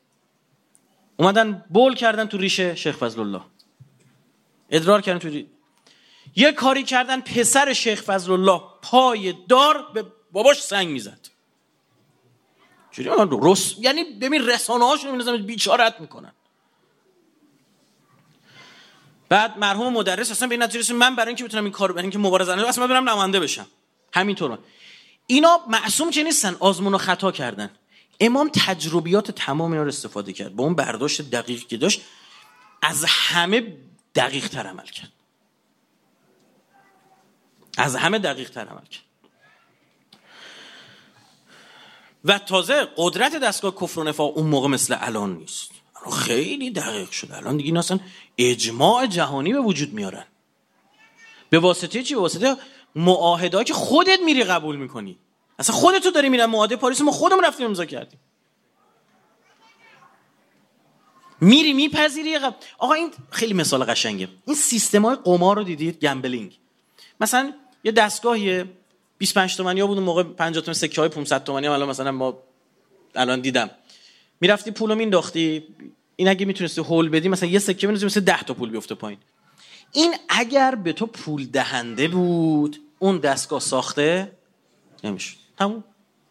اومدن بول کردن تو ریشه شیخ فضل الله، ادرار کردن تو یه کاری کردن پسر شیخ فضل الله پای دار به باباش سنگ میزد. چجوری یعنی ببین رسانه هاشون می‌نازن بیچاره‌ت میکنن. بعد مرحوم مدرس اصلا به این نتیجه رسید من برای اینکه بتونم این کارو، برای اینکه مبارزه کنم اصلا برم نماینده بشم. همینطور اینا معصوم که نیستن، آزمون و خطا کردن. امام تجربیات تمام اینا رو استفاده کرد، با اون برداشت دقیقی که داشت از همه دقیق تر عمل کرد. و تازه قدرت دستگاه کفر و نفاق اون موقع مثل الان نیست. خیلی دقیق شده. الان دیگه اینا اصلا اجماع جهانی به وجود میارن. به واسطه چی؟ به واسطه معاهده‌ای که خودت میری قبول میکنی. اصلا خودت داری میرن معاهده پاریس ما خودمون رفتیم امضا کردیم. میری میپذیری. آقا این خیلی مثال قشنگه. این سیستم‌های قمار رو دیدید؟ گمبلینگ. مثلا یه دستگاهی 25 تومانی ها بود اون موقع، 50 تومانی سکه‌های 500 تومانی هم مثلا ما الان دیدم. میرفتی پولو مینداختی، این اگه میتونستی هول بدی مثلا یه سکه بنویسی مثلا 10 تا پول بیفته پایین. این اگر به تو پول دهنده بود اون دستگاه ساخته نمیشد. تموم.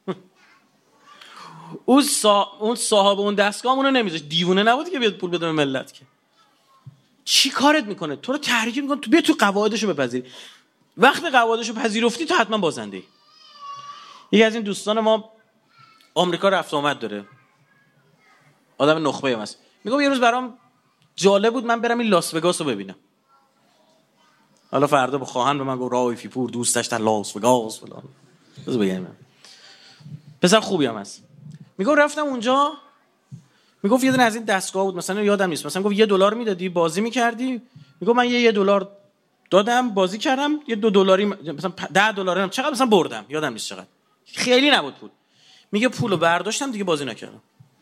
اون صاحب اون دستگاه اونو نمیذاش. دیوونه نبود که بیاد پول بده به ملت. که چی کارت میکنه؟ تو رو تحریک میکنه تو بیا تو قواعدشو بپذیر. وقتی قواعدشو پذیرفتی تو حتما بازنده. یکی از این دوستان ما آمریکا رفت آمد داره، آدم نخبه هم هست. میگم یه روز برام جالب بود من برم این لاس وگاس رو ببینم. حالا فردا با خواهن به من گفت رائفی پور دوستش در لاس وگاس فلان. بذار بگم پسر خوبی هم هست. میگم رفتم اونجا، میگفت یه دونه از این دستگاه بود مثلا یادم نیست، مثلا گفت $1 میدادی بازی میکردی. میگم من یه $1 دادم بازی کردم، یه $2 مثلا $10 چقدر مثلا بردم یادم نیست چقدر، خیلی نبود پول. میگه پولو برداشتم دیگه بازی نکردم،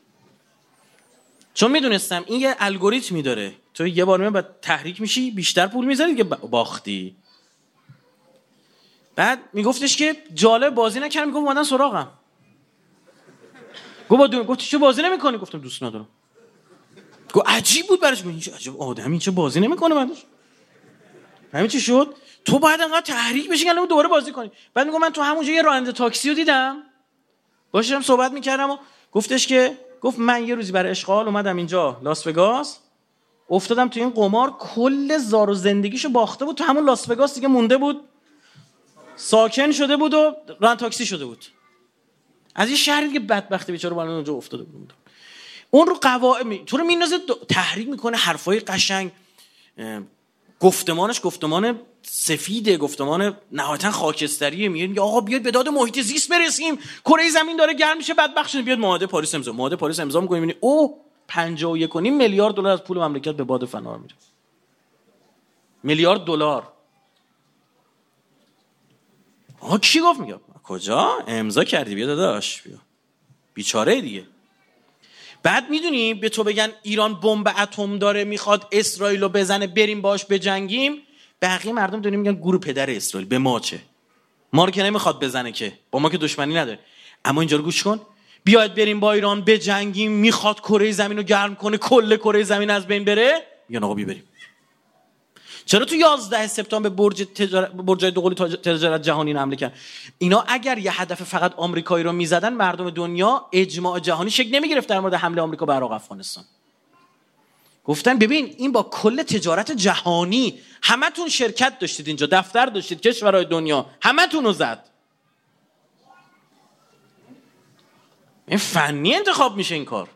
چون میدونستم این یه الگوریتمی داره، تو یه بار بعد تحریک میشی بیشتر پول میذاری دیگه باختی. بعد میگفتش که جالب بازی نکردم. میگفت اومدن سراغم، گفت چه بازی نمیکنی؟ گفتم دوست ندارم. گفت عجیب بود براش، این عجب آدمی چه بازی نمیکنه بعدش. همین چی شد؟ تو باید انقدر تحریک بشی که دوباره بازی کنی. بعد میگم من تو همونجا یه راننده تاکسی رو دیدم، باشم صحبت میکردم و گفت من یه روزی برای اشغال اومدم اینجا لاس وگاس، افتادم تو این قمار، کل زار و زندگیشو باخته بود، تو همون لاس وگاس دیگه مونده بود، ساکن شده بود و راننده تاکسی شده بود. از این شهری که بدبختی بیچاره بالا اونجا افتاده بود، اون رو قواعد تو رو میندازه تحریک میکنه، حرفای قشنگ، گفتمان سفیده، گفتمان نهایتا خاکستریه. میگه آقا بیاد به داد محیط زیست برسیم، کره زمین داره گرم میشه، بدبخت شدیم، بیاد معاهده پاریس امضا میکنیم. میبینی او 51.5 میلیارد دلار از پول مملکت به باد فنا میره. میلیارد دلار. آقا کی گفت؟ میگه کجا امضا کردی؟ بیا داداش بیا. بیچاره دیگه. بعد میدونی به تو بگن ایران بمب اتم داره میخواد اسرائیلو بزنه بریم باش بجنگیم، بقیه مردم داریم میگن گور پدر اسرائیل، به ما چه؟ ما رو که نمیخواد بزنه که، با ما که دشمنی نداره. اما اینجا رو گوش کن، بیاید بریم با ایران بجنگیم، میخواد کره زمین رو گرم کنه، کل کره زمین از بین بره، میگن آقا بیا بریم. چرا تو 11 سپتامبر برجای دوقلو تجارت جهانی حمله کرد؟ اینا اگر یه هدف فقط آمریکایی رو میزدن، مردم دنیا اجماع جهانی شکل نمیگرفت در مورد حمله آمریکا به عراق افغانستان. گفتن ببین این با کل تجارت جهانی، همتون شرکت داشتید اینجا، دفتر داشتید، کشورهای دنیا همتون رو زد. این فنی انتخاب میشه این کار.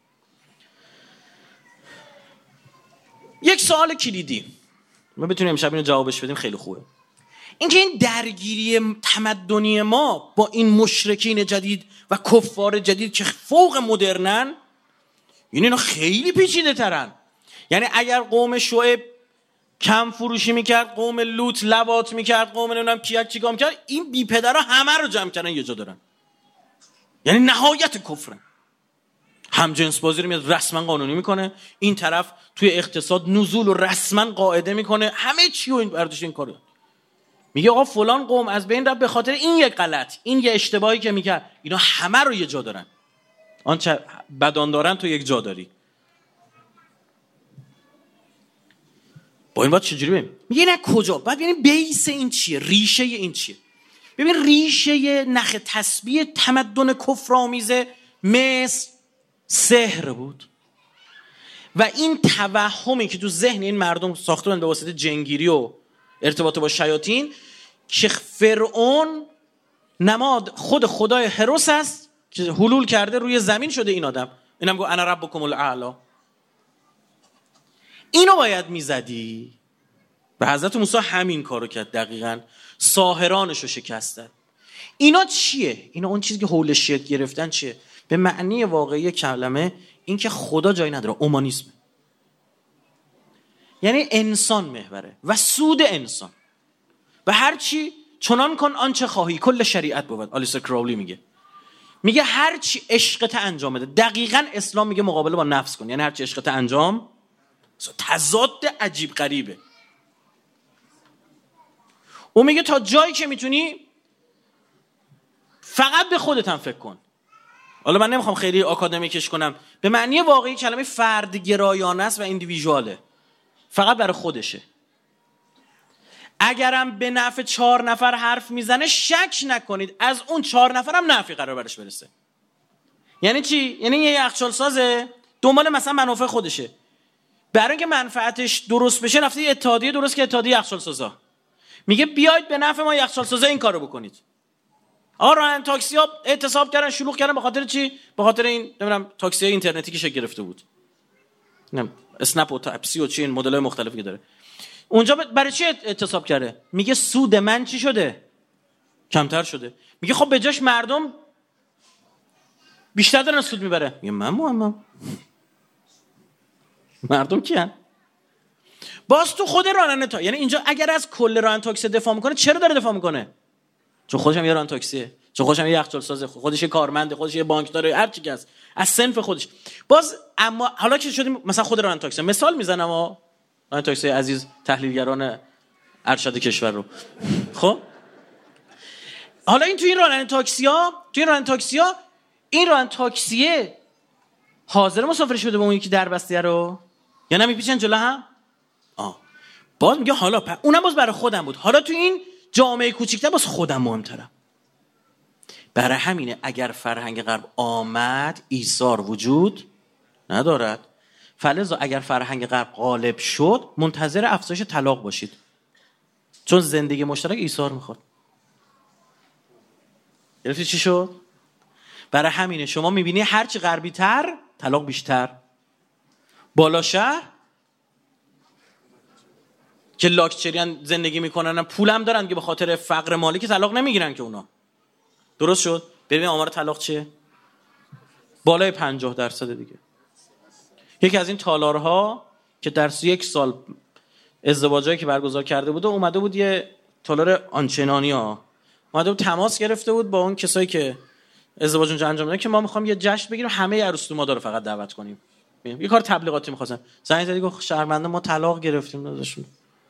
یک سوال کلیدی ما بتونیم امشب اینو جوابش بدیم خیلی خوبه. اینکه این درگیری تمدنی ما با این مشرکین جدید و کفار جدید که فوق مدرنن، یعنی اینا خیلی پیچیده ترن. یعنی اگر قوم شعیب کم فروشی میکرد، قوم لوط لواط میکرد، قوم نمیدونم کیک چیکار میکرد، این بی پدرها همه رو جمع کردن یه جا دارن. یعنی نهایت کفرن. هم جنس بازی رو میاد رسما قانونی میکنه، این طرف توی اقتصاد نزول رو رسما قاعده میکنه، همه چی رو این برداشت این کارو. میگه آقا فلان قوم از بین رفت به خاطر این یک غلط، این یه اشتباهی که میکرد. اینا همه رو یه جا دارن، آنچه بدان دارن تو یک جا داری. با این باید چجوری بریم؟ میگه نه کجا؟ بعد ببینیم بیس این چیه، ریشه این چیه. ببین ریشه نخ تسبیح تمدن کفرآمیز مصر سحر بود و این توهمی که تو ذهن این مردم ساخته بودن به واسطه جنگیری و ارتباط با شیاطین که فرعون نماد خود خدای هروس است که حلول کرده روی زمین شده این آدم، اینم گفت انا ربکم الاعلی. اینو باید میزدی. و حضرت موسی همین کارو کرد دقیقاً، ساحرانشو شکستن. اینا چیه؟ اینا اون چیزی که حول شرک گرفتن چیه؟ به معنی واقعی کلمه این که خدا جایی نداره، اومانیسم. یعنی انسان محوره و سود انسان و هر چی چنان کن آنچه خواهی کل شریعت بود. آلیستر کراولی میگه هر چی عشقت انجام بده. دقیقاً اسلام میگه مقابله با نفس کن، یعنی هر چی عشقت انجام، تضاد عجیب غریبه. اون میگه تا جایی که میتونی فقط به خودت هم فکر کن. حالا من نمیخوام خیلی آکادمیکش کنم، به معنی واقعی کلمه فردگرایانه است و ایندیویژواله، فقط برای خودشه. اگرم به نفع 4 نفر حرف میزنه شک نکنید از اون 4 نفر هم نفعی قرار برش برسه. یعنی چی؟ یعنی یه یخچال سازه دنبال مثلا منافع خودشه، برای اینکه منفعتش درست بشه رفته یه اتحادیه درست که اتحادیه یخچال سازا میگه بیاید به نفع ما یخچال سازا این کارو بکنید. آقا راننده تاکسی ها اعتصاب کردن، شلوغ کردن، به خاطر چی؟ به خاطر این نمیدونم تاکسی های اینترنتی که شکل گرفته بود، نمیدونم اسنپ و تاپسی و چین مدل های مختلفی که داره. اونجا برای چی اعتصاب کرده؟ میگه سود من چی شده؟ کمتر شده. میگه خب به جاش مردم بیشتر دارن سود میبره. میگه من مردم کیان؟ باز تو خود راننده تا، یعنی اینجا اگر از کل راننده تاکسی دفاع میکنه، چرا داره دفاع میکنه؟ چون خودش هم یه راننده تاکسیه، چون خودش هم یه یخچال سازه، خودش یه کارمنده، خودش یه بانکدار، هر چی که هست از صنف خودش. باز اما حالا که شدیم مثلا خود راننده تاکسی مثال میزنم، راننده تاکسی عزیز تحلیلگران ارشد کشور رو. خب حالا این تو این راننده تاکسی‌ها این راننده تاکسیه حاضر مسافرش بده به اون یکی دربسته رو یا نمیپیچن جلو هم؟ باز میگه حالا اونم باز برای خودم بود، حالا تو این جامعه کوچیک‌تر باز خودم مهمترم. برای همینه اگر فرهنگ غرب آمد ایثار وجود ندارد. فلذا اگر فرهنگ غرب غالب شد منتظر افزایش طلاق باشید، چون زندگی مشترک ایثار میخواد. گرفتی چی شد؟ برای همینه شما میبینی هرچی غربی تر طلاق بیشتر. بالا شهر که لاکچریان زندگی میکنن پولم دارن که به خاطر فقر مالی که طلاق نمیگیرن که اونا. درست شد؟ ببین آمار طلاق چیه؟ بالای 50% دیگه. یکی از این تالارها که در 1 سال ازدواجایی که برگزار کرده بود اومده بود یه تالار آنچنانی ها اومده بود تماس گرفته بود با اون کسایی که ازدواج اونجا انجام دادن که ما میخوام یه جشن بگیریم همه عروس مادر رو فقط دعوت کنیم. یه کار تبلیغاتی می‌خواستن. زنگ زدی گفت شهروندا ما طلاق گرفتیم داداشون.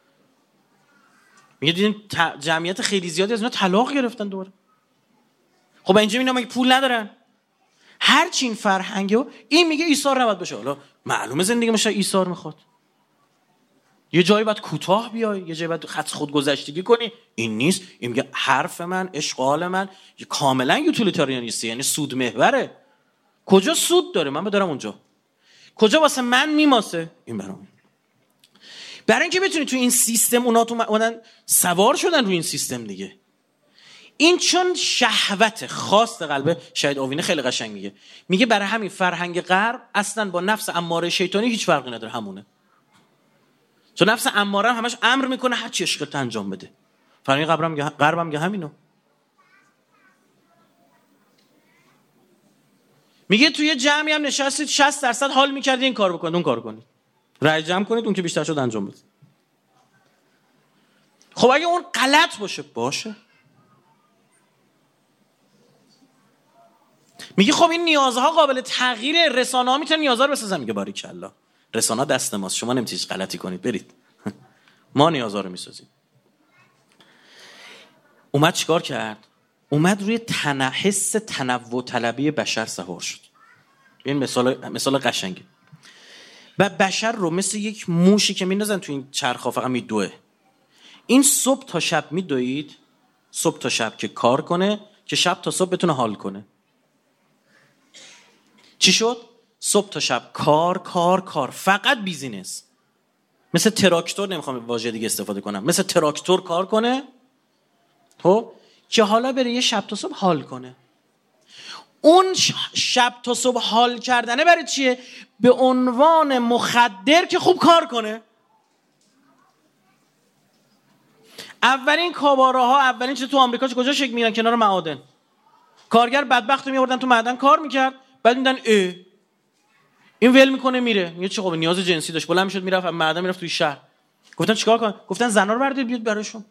میگه دیدین جمعیت خیلی زیادی از اینا طلاق گرفتن دوباره. خب اینجا اینا مگه پول ندارن؟ هر چی این فرهنگه این میگه ایثار نباید باشه. حالا معلومه زندگی مشه ایثار میخواد. یه جایی باید کوتاه بیای، یه جایی باید خط خودگذشتگی کنی. این نیست. این میگه حرف من، اشغال من کاملا یوتیلیتاریانیستی، یعنی سود محوره. کجا سود داره؟ من بدارم اونجا. کجا واسه من میماسه؟ این برام. برای اینکه بتونی تو این سیستم اونن سوار شدن روی این سیستم دیگه. این چون شهوت خاص قلبه. شاید آوینه خیلی قشنگ میگه برای همین فرهنگ غرب اصلا با نفس اماره شیطانی هیچ فرقی نداره، همونه. چون نفس اماره همش امر میکنه هر چی عشقت انجام بده. فرهنگ غربم میگه همینو. میگه توی جمعی هم نشستید 60% حال میکردید این کار بکنید اون کار کنید. رای جمع کنید اون که بیشتر شد انجام بدید. خب اگه اون غلط باشه. میگه خب این نیازها قابل تغییر، رسانه‌ها میتونن نیازها رو بسازن. میگه باریکلا رسانه‌ها دست ماست، شما نمیتونید غلطی کنید، برید ما نیازها رو میسازیم. اومد چیکار کرد؟ اومد روی حس تنوع طلبی بشر سوار شد. این مثال قشنگه. و بشر رو مثل یک موشی که میندازن تو این چرخ فقط میدوه. این صبح تا شب میدوید، صبح تا شب که کار کنه که شب تا صبح بتونه حال کنه. چی شد؟ صبح تا شب کار فقط بیزینس. مثل تراکتور، نمیخوام واژه دیگه استفاده کنم، مثل تراکتور کار کنه تو که حالا بره یه شب تا صبح حال کنه. اون شب تا صبح حال کردنه برای چیه؟ به عنوان مخدر که خوب کار کنه. اولین کاباراها، اولین چیز تو آمریکا کجا شکل میگیرن؟ کنار معادن. کارگر بدبخت رو میوردن تو معدن کار میکرد، بعد میدن این ول میکنه میره. میگه چه خب نیاز جنسی داشت، بلند میشد میرفت معدن میرفت توی شهر. گفتن چیکار کنن؟ گفتن زنا رو بردارید بیاد براشون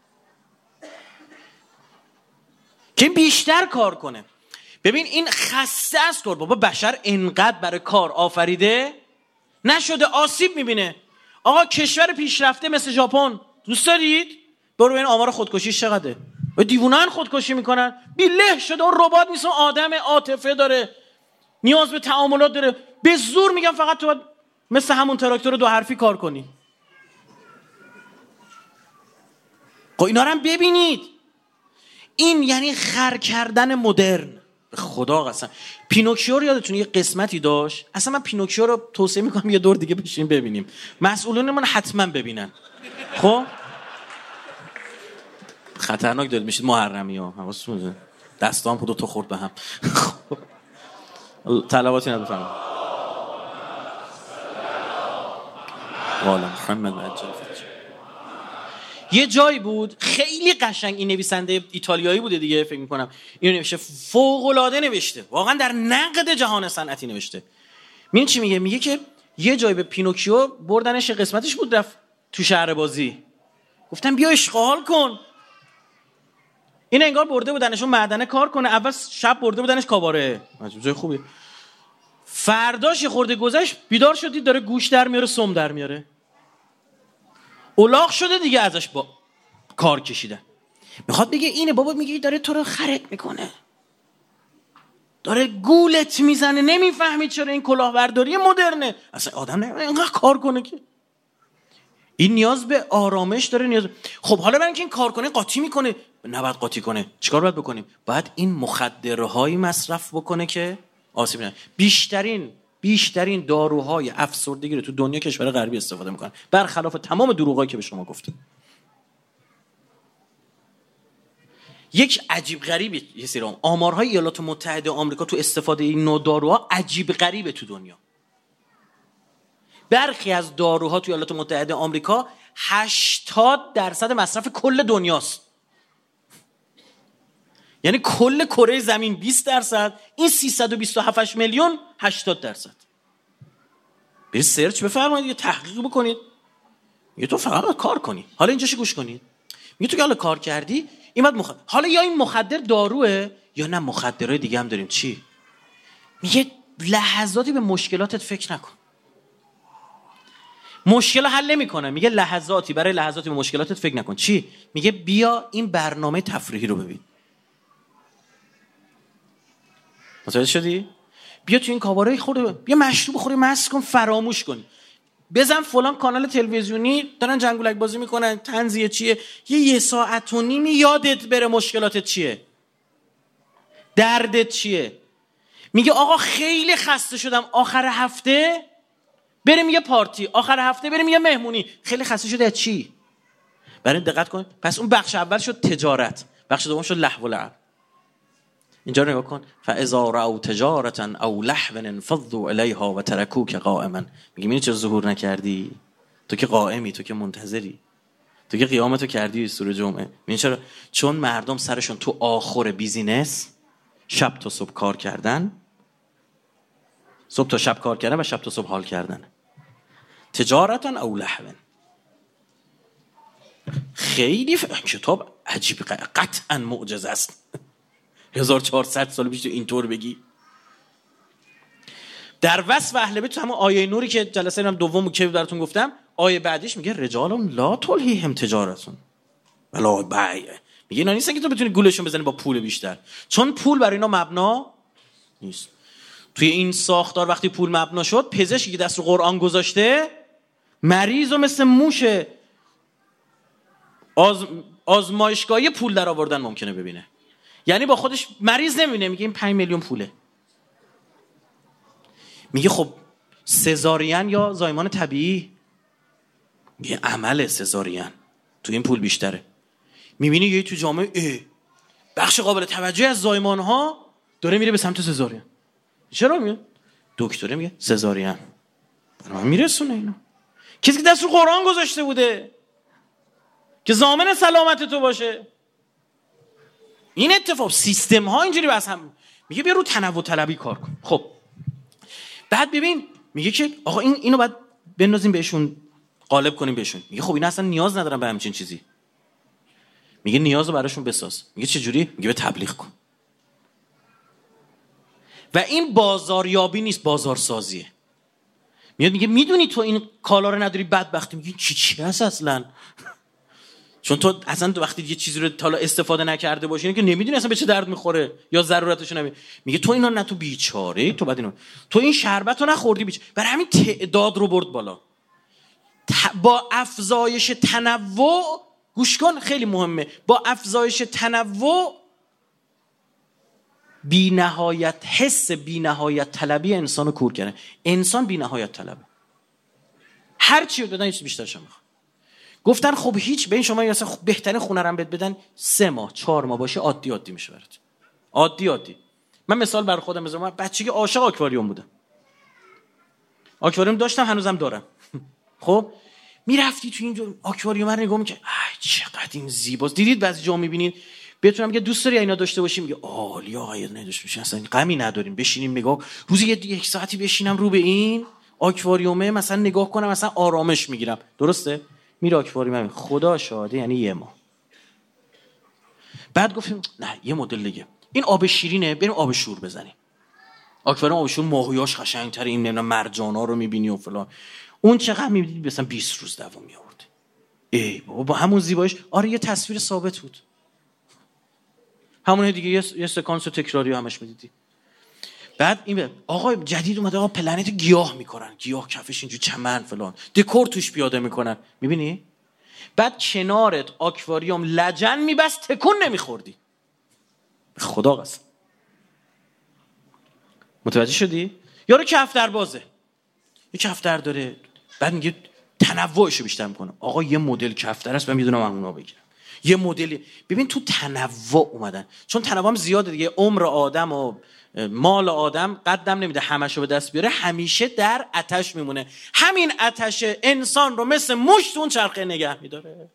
که بیشتر کار کنه. ببین این خسته است بابا. بشر انقدر برای کار آفریده نشده، آسیب میبینه. آقا کشور پیشرفته مثل ژاپن دوست دارید؟ برو این آمار خودکشیش چقدره. دیوونه‌ان خودکشی میکنن. بیله شده اون ربات نیست، اون آدم عاطفه داره، نیاز به تعاملات داره. به زور میگم فقط تو باید مثل همون تراکتور 2 حرفی کار کنی. خب اینا رو هم ببینید. این یعنی خر کردن مدرن. به خدا قسم. پینوکیو رو یادتونه یه قسمتی داشت؟ اصلا من پینوکیو رو توصیه میکنم یه دور دیگه بشین ببینیم. مسئولین من حتما ببینن. خب خطرناک دارید میشید محرمی ها. حواستون دستام پودو تو خورد به هم. طلباتی ندفرم والا محمد عجل. یه جایی بود خیلی قشنگ، این نویسنده ایتالیایی بوده دیگه فکر میکنم، اینو نوشته، فوق العاده نوشته، واقعا در نقد جهان صنعتی نوشته. میگه چی میگه؟ میگه که یه جایی به پینوکیو بردنش، قسمتش بود رفت تو شهر بازی، گفتن بیا اشغال کن. این انگار برده بودنشون معدنه کار کنه، اول شب برده بودنش کاباره، جای خوبی. فرداش یه خورده گذشت بیدار شدید داره گوش در میاره، سم در میاره، الاغ شده دیگه ازش با کار کشیدن. میخواد بگه اینه بابا، میگه داره تو رو خرت میکنه، داره گولت میزنه، نمیفهمید چرا این کلاهبرداری مدرنه. اصلا آدم نمیشه اینقدر کار کنه که این نیاز به آرامش داره، نیاز. خب حالا برای اینکه این کار کنه قاطی میکنه، نباید قاطی کنه. چیکار باید بکنیم؟ باید این مخدرهایی مصرف بکنه که آسیب نه. بیشترین داروهای افسردگی رو تو دنیا کشور غربی استفاده میکنن، برخلاف تمام دروغایی که به شما گفتم. یک عجیب غریبه یه سری آمارهای ایالات متحده آمریکا تو استفاده این نوع داروها عجیب غریبه تو دنیا. برخی از داروها تو ایالات متحده آمریکا 80% مصرف کل دنیاست. یعنی کل کره زمین 20%، این 327 میلیون 80%. برید سرچ بفرمایید، یه تحقیق بکنید، یه تو فقط کار کنی. حالا اینجاش گوش کنید، میگه تو که حالا کار کردی این بعد حالا یا این مخدر داروه یا نه مخدرهای دیگه هم داریم. چی؟ میگه لحظاتی به مشکلاتت فکر نکن. مشکل حل نمیکنه، میگه لحظاتی برای لحظاتی به مشکلاتت فکر نکن. چی؟ میگه بیا این برنامه تفریحی رو ببین. متوجه شدی؟ بیا تو این کاباره خورده، بیا مشروب بخوری، مست کن، فراموش کن. بزن فلان کانال تلویزیونی دارن جنگولک بازی میکنن، طنزیه چیه، یه ساعت و نیمی یادت بره مشکلاتت چیه، دردت چیه. میگه آقا خیلی خسته شدم، آخر هفته بریم یه پارتی، آخر هفته بریم یه مهمونی. خیلی خسته شده از چی؟ برای دقت کن. پس اون بخش اول شد تجارت، بخش دوم شد لهو و لعب. اینجا رو نگاه کن. فاذا رأوا تجارة او لهوا انفضوا الیها و ترکوک قائما. میگه ببین چرا ظهور نکردی؟ تو که قائمی، تو که منتظری، تو که قیامتو کردی سوره جمعه. ببین چرا؟ چون مردم سرشون تو آخر بیزینس، شب تا صبح کار کردن، صبح تا شب کار کردن و شب تا صبح حال کردن. تجارتا او لهوا. خیلی کتاب عجیب، قطعا معجزه است. 1400 سال پیش تو اینطور بگی. در وصف اهل بیت، همون آیه نوری که جلسه هم دوم که براتون گفتم، آیه بعدیش میگه رجال لا تلهیهم تجارتون ولا بیع. میگه اینا نیستن که تو بتونی گولشون بزنی با پول بیشتر، چون پول برای اینا مبنا نیست. توی این ساختار وقتی پول مبنا شد، پزشکی که دست رو قرآن گذاشته مریض و مثل موش آزمایشگاهی پول در آوردن ممکنه ببینه. یعنی با خودش مریض نمیبینه، میگه این 5 میلیون پوله. میگه خب سزارین یا زایمان طبیعی؟ میگه عمل سزارین تو این پول بیشتره. میبینی یه تو جامعه بخش قابل توجهی از زایمان ها داره میره به سمت سزارین. چرا میگه؟ دکتره میگه سزارین برام میرسونه اینا. کسی که دست رو قرآن گذاشته بوده که ضامن سلامت تو باشه. این اتفاق سیستم ها اینجوری بس هم میگه بیا رو تنوع طلبی کار کن. خب بعد ببین میگه که آقا اینو باید بندازیم بهشون، قالب کنیم بهشون. میگه خب اینا اصلا نیاز ندارن به همچین چیزی. میگه نیازو براشون بساز. میگه چه جوری؟ میگه به تبلیغ کن. و این بازاریابی نیست، بازارسازیه. میاد میگه میدونی تو این کالا رو نداری، بدبختی. میگه چی هست اصلا؟ چون تو اصلا وقتی یه چیزی رو تا استفاده نکرده باشی اینه که نمیدونی اصلا به چه درد میخوره یا ضرورتش نمیدونی. میگه تو اینا نه، تو بیچاره، تو بعد اینو تو این شربت رو نخوردی برای همین تعداد رو برد بالا. با افزایش تنوع، گوش کن خیلی مهمه، با افزایش تنوع بی نهایت حس بی نهایت طلبی انسانو کور کنه. انسان بی نهایت طلبه، هر چی بدن یه چیز بیشترش میخواد. گفتن خب هیچ، ببین شما مثلا بهترین خونه رو بهت بدن 3 ماه 4 ماه باشه، عادی میشه برات. عادی. من مثال برای خودم بزنم. من بچگی عاشق آکواریوم بودم. آکواریوم داشتم، هنوزم دارم. خب میرفتی تو این آکواریوم رو نگاه می‌کردی، ای چقدر این زیباست. دیدید بعضی جا می‌بینید بهتون میگه دوست داری اینا داشته باشیم، میگه عالی آقا اینا داشته باشین، اصلا غمی نداریم، بشینیم نگاه، روزی یک ساعتی بشینم رو به این آکواریومه مثلا نگاه کنم، مثلا آرامش میگیرم. درسته؟ میره آکواریوم، خدا شاهده، یعنی 1 ماه. بعد گفتیم نه یه مدل دیگه، این آب شیرینه، بریم آب شور بزنیم. آکواریوم آب شور ماهیاش قشنگ‌تره، این نمیدونم مرجانا رو میبینی و فلان. اون چقدر میبینی مثلا 20 روز دوام میآورد. ای بابا با همون زیباییش، آره یه تصویر ثابت بود. همونه دیگه، یه سکانس تکراری همش میدیدی. بعد این آقا جدید اومده، آقا پلنت گیاه میکنن، گیاه کفش اینجوری چمن فلان، دکور توش پیاده میکنن، میبینی؟ بعد کنارت آکواریوم لجن میبست، تکون نمیخوردی. خدا قسم. متوجه شدی؟ یارو کفتر بازه، یه کفتر داره، بعد میگه تنوعشو بیشتر میکنه. آقا یه مدل کفتر هست من میدونم اونا بگیرم، یه مدلی. ببین تو تنوع اومدن، چون تنوع هم زیاده دیگه. عمر آدم و مال آدم قدم نمیده همشو به دست بیاره، همیشه در آتش میمونه. همین آتش انسان رو مثل مشت اون چرخه نگه میداره.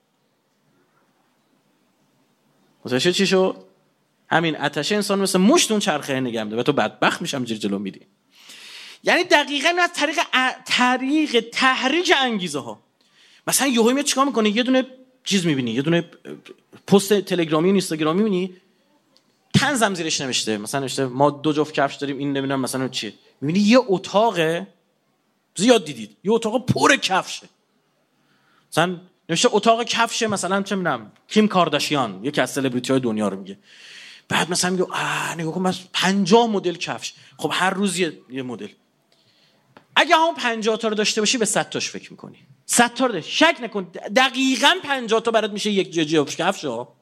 متوجه چی شد؟ همین آتش انسان مثل مشت اون چرخه نگه میداره و تو بدبخت میشم اینجوری جلو میری. یعنی دقیقاً از طریق تحریک انگیزه ها. مثلا یهو میاد چیکار میکنه؟ یه دونه چیز میبینی، یه دونه پست تلگرامی و اینستاگرامی میبینی، طنزم زیرش نوشته، مثلا نوشته ما 2 جفت کفش داریم، این نمیدونم مثلا چیه. میبینی یه اتاق، زیاد دیدید، یه اتاق پر کفشه، مثلا نوشته اتاق کفشه، مثلا چه میدونم کیم کارداشیان، یکی از سلبریتی‌های دنیا رو میگه. بعد مثلا میگه نگاه کن مثلا 50 مدل کفش. خب هر روز یه مدل. اگه همون 50 تا رو داشته باشی به 100 تاش فکر میکنی. 100 تا رو شک نکن، دقیقاً 50 تا برات میشه یک جفت کفش ها.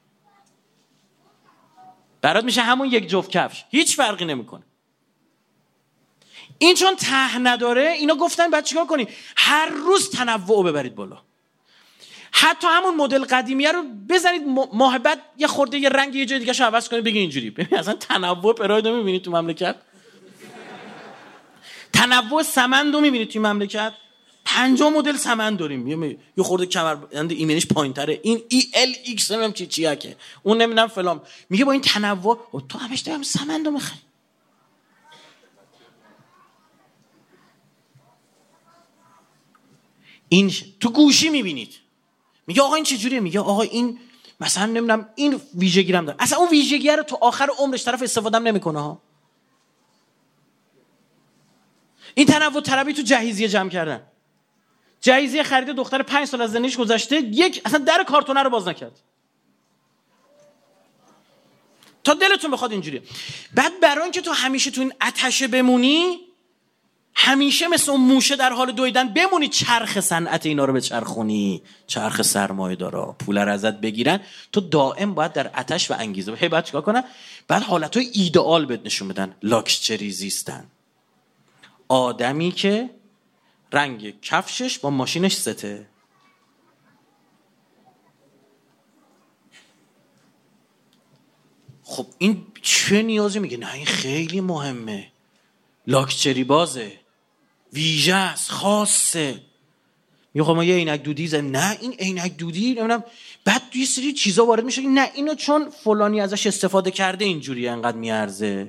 برات میشه همون یک جفت کفش، هیچ فرقی نمیکنه. این چون ته نداره، اینا گفتن بعد چیکار کنی؟ هر روز تنوع ببرید بالا. حتی همون مدل قدیمیه رو بزنید ماه بعد یه خورده یه رنگ یه جای دیگه شو عوض کنید، بگی اینجوری. ببین اصلا تنوع پراید رو میبینید تو مملکت؟ تنوع سمند رو میبینید تو مملکت؟ 50 مدل سمند داریم، یه خورده کمربند ایمنش پایینتره، این ELX نمیدونم چیه که اون نمیدونم فلان. میگه با این تنوع تو همش دارم سمند رو میخری. این تو گوشی میبینید، میگه آقا این چه جوریه؟ میگه آقا این مثلا نمیدونم این ویژگی هم داره، اصلا اون ویژگی رو تو آخر عمرش طرف استفاده هم نمیکنه ها. این تنوع طلبی تو جهیزیه جمع کردن. جهیزیه خریده، دختر 5 سال از زندگیش گذشته، یک اصلا در کارتونه رو باز نکرد تا دلتون بخواد اینجوریه. بعد برای اینکه تو همیشه تو این آتش بمونی، همیشه مثل اون موشه در حال دویدن بمونی، چرخ صنعت اینا رو به چرخونی، چرخ سرمایه دارا پول رو ازت بگیرن، تو دائم باید در آتش و انگیزه. هی بعد چیکار کنن؟ بعد حالتهای ایدئال بهت نشون بدن. لاکچری زیستن. آدمی که رنگ کفشش با ماشینش سته. خب این چه نیازی؟ میگه نه این خیلی مهمه، لاکچری بازه، ویژه است، خاصه. میگه خب ما یه عینک دودی زدیم، نه این عینک دودی نمیدونم، بعد یه سری چیزا وارد میشه، نه اینو چون فلانی ازش استفاده کرده اینجوری انقدر میارزه.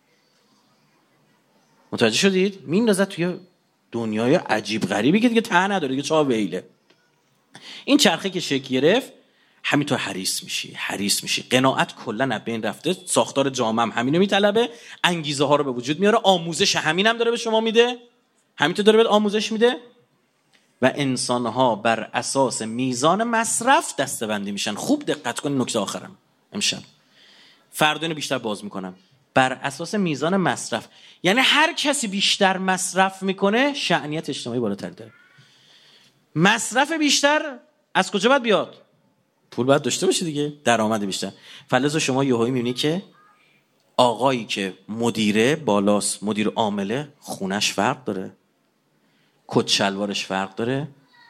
متوجه شدید؟ میندازه توی دنیای عجیب غریبی که دیگه ته نداره، دیگه چا ویله. این چرخه که شکل گرفت، همینطور حریص میشی. قناعت کلا از بین رفته. ساختار جامعه هم همینو میطلبه، انگیزه ها رو به وجود میاره، آموزش همینم داره به شما میده، همینطور داره بهت آموزش میده. و انسان ها بر اساس میزان مصرف دسته‌بندی میشن. خوب دقت کن، نکته آخرم امشب فردا اینو بیشتر باز میکنم. بر اساس میزان مصرف، یعنی هر کسی بیشتر مصرف میکنه شأنیت اجتماعی بالاتر داره. مصرف بیشتر از کجا باید بیاد؟ پول باید داشته باشی دیگه، درآمد بیشتر. فلذا شما یهویی میبینی که آقایی که مدیره بالاست، مدیر عامله، خونش فرق داره، کت شلوارش فرق داره،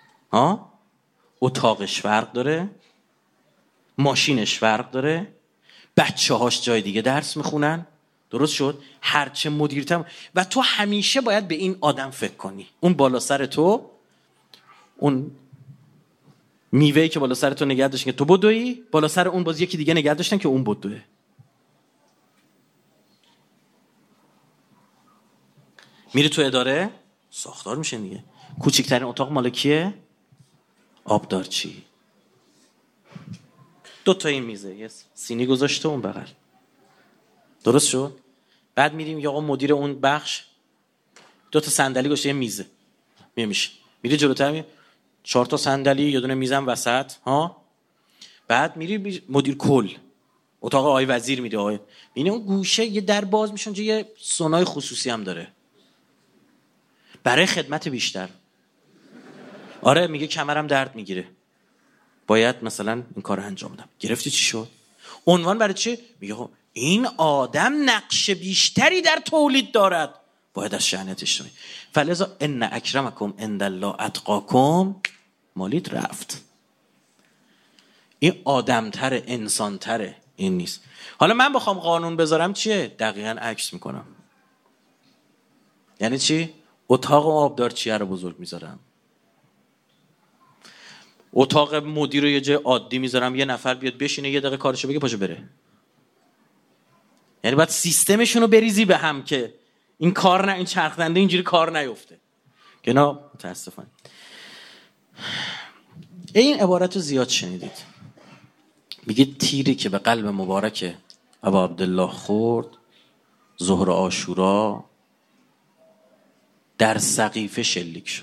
اتاقش فرق داره، ماشینش فرق داره، بچه‌هاش جای دیگه درس میخونن. درست شد؟ هرچه مدیرتم. و تو همیشه باید به این آدم فکر کنی. اون بالا سر تو، اون میوه‌ای که بالا سر تو نگه داشتن که تو بدوی، بالا سر اون باز یکی دیگه نگه داشتن که اون بدوه. میری تو اداره، ساختار میشه دیگه. کوچکترین اتاق مال کیه؟ آبدارچی. 2 تا این میزه، یه سینی گذاشته اون بغل. درست شد؟ بعد میریم یا آقا مدیر اون بخش 2 تا صندلی گذاشته، یه میزه. میشه. میری جلوتر، میری 4 تا صندلی، یه دونه میزم وسط، بعد میری مدیر کل اتاق آقای وزیر میری، آقای میبینی اون گوشه یه در باز میشه، اونجا یه سونای خصوصی هم داره برای خدمت بیشتر. آره میگه کمرم درد میگیره، باید مثلا این کارو انجام بدم. گرفتی چی شد؟ عنوان برای چی؟ میگه این آدم نقش بیشتری در تولید دارد، باید از شأنیت اجتماعی. فلذا ان اکرمکم عند الله اتقاکم، مالید رفت. این آدمتره، انسانتره، این نیست. حالا من بخوام قانون بذارم چیه؟ دقیقاً عکس میکنم. یعنی چی؟ اتاق آبدار چیه رو بزرگ میذارم، اتاق مدیر رو یه جای عادی میذارم، یه نفر بیاد بشینه یه دقیقه کارشو بگه پاشو بره. یعنی باید سیستمشون رو بریزی به هم که این کار این چرخنده اینجوری کار نیفته. که نه متاسفانه. این عبارت رو زیاد شنیدید، میگه تیری که به قلب مبارک ابا عبدالله خورد ظهر عاشورا در سقیفه شلیک شد.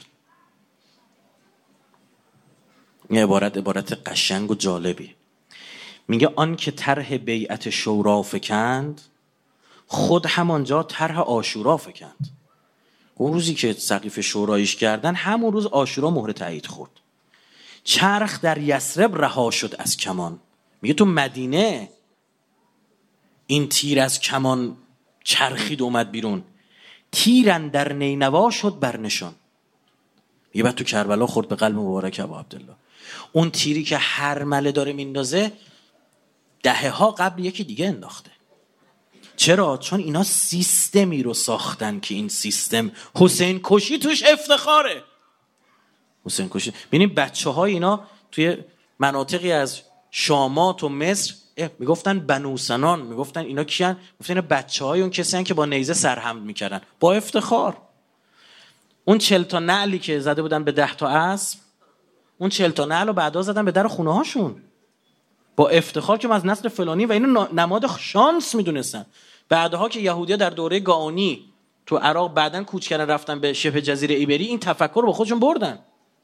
این عبارت قشنگ و جالبی. میگه آن که طرح بیعت شورا فکند خود همانجا طرح عاشورا فکند. اون روزی که سقیفه شورایش کردن همون روز عاشورا مهر تایید خورد. چرخ در یثرب رها شد از کمان. میگه تو مدینه این تیر از کمان چرخید اومد بیرون. تیرن در نینوا شد برنشان. میگه بعد تو کربلا خورد به قلب مبارک ابا عبدالله. اون تیری که هر مله داره میندازه دهه ها قبل یکی دیگه انداخته. چرا؟ چون اینا سیستمی رو ساختن که این سیستم حسین کشی توش افتخاره. حسین کشی ببینید بچه های اینا توی مناطقی از شامات و مصر میگفتن بنو سنان، میگفتن اینا کیان؟ گفتن اینا بچه های اون کسی هن که با نیزه سرحمل میکردن با افتخار. اون 40 تا نعلی که زده بودن به 10 تا اسب، اون 40 تا نعل رو بعدا زدن به در خونه هاشون با افتخار که ما از نسل فلانی و اینو نماد شانس میدونستن. بعدها که یهودی‌ها در دوره گاونی تو عراق بعدن کوچ کردن رفتن به شبه جزیره ایبری، این تفکر رو با خودشون بردن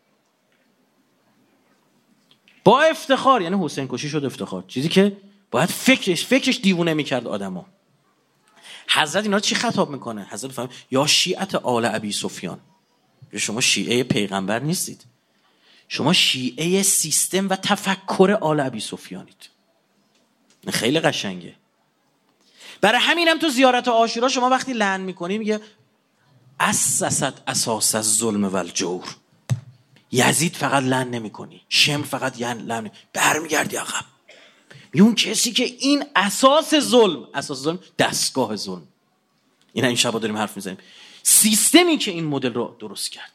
با افتخار. یعنی حسین کشی شد افتخار، چیزی که باید فکرش دیوونه میکرد آدمو. حضرت اینا چی خطاب میکنه؟ حضرت فهم یا شیعت آل ابی سفیان. شما شیعه پیغمبر نیستید، شما شیعه سیستم و تفکر آل ابی سفیانید. خیلی قشنگه. برای همینم تو زیارت عاشورا شما وقتی لعن میکنی میگه اسست اساس الظلم و الجور. یزید فقط لعن نمیکنی، شمر فقط لعن، برمیگردی عقب. اون کسی که این اساس ظلم دستگاه ظلم. اینا این شبا داریم حرف میزنیم، سیستمی که این مدل رو درست کرد.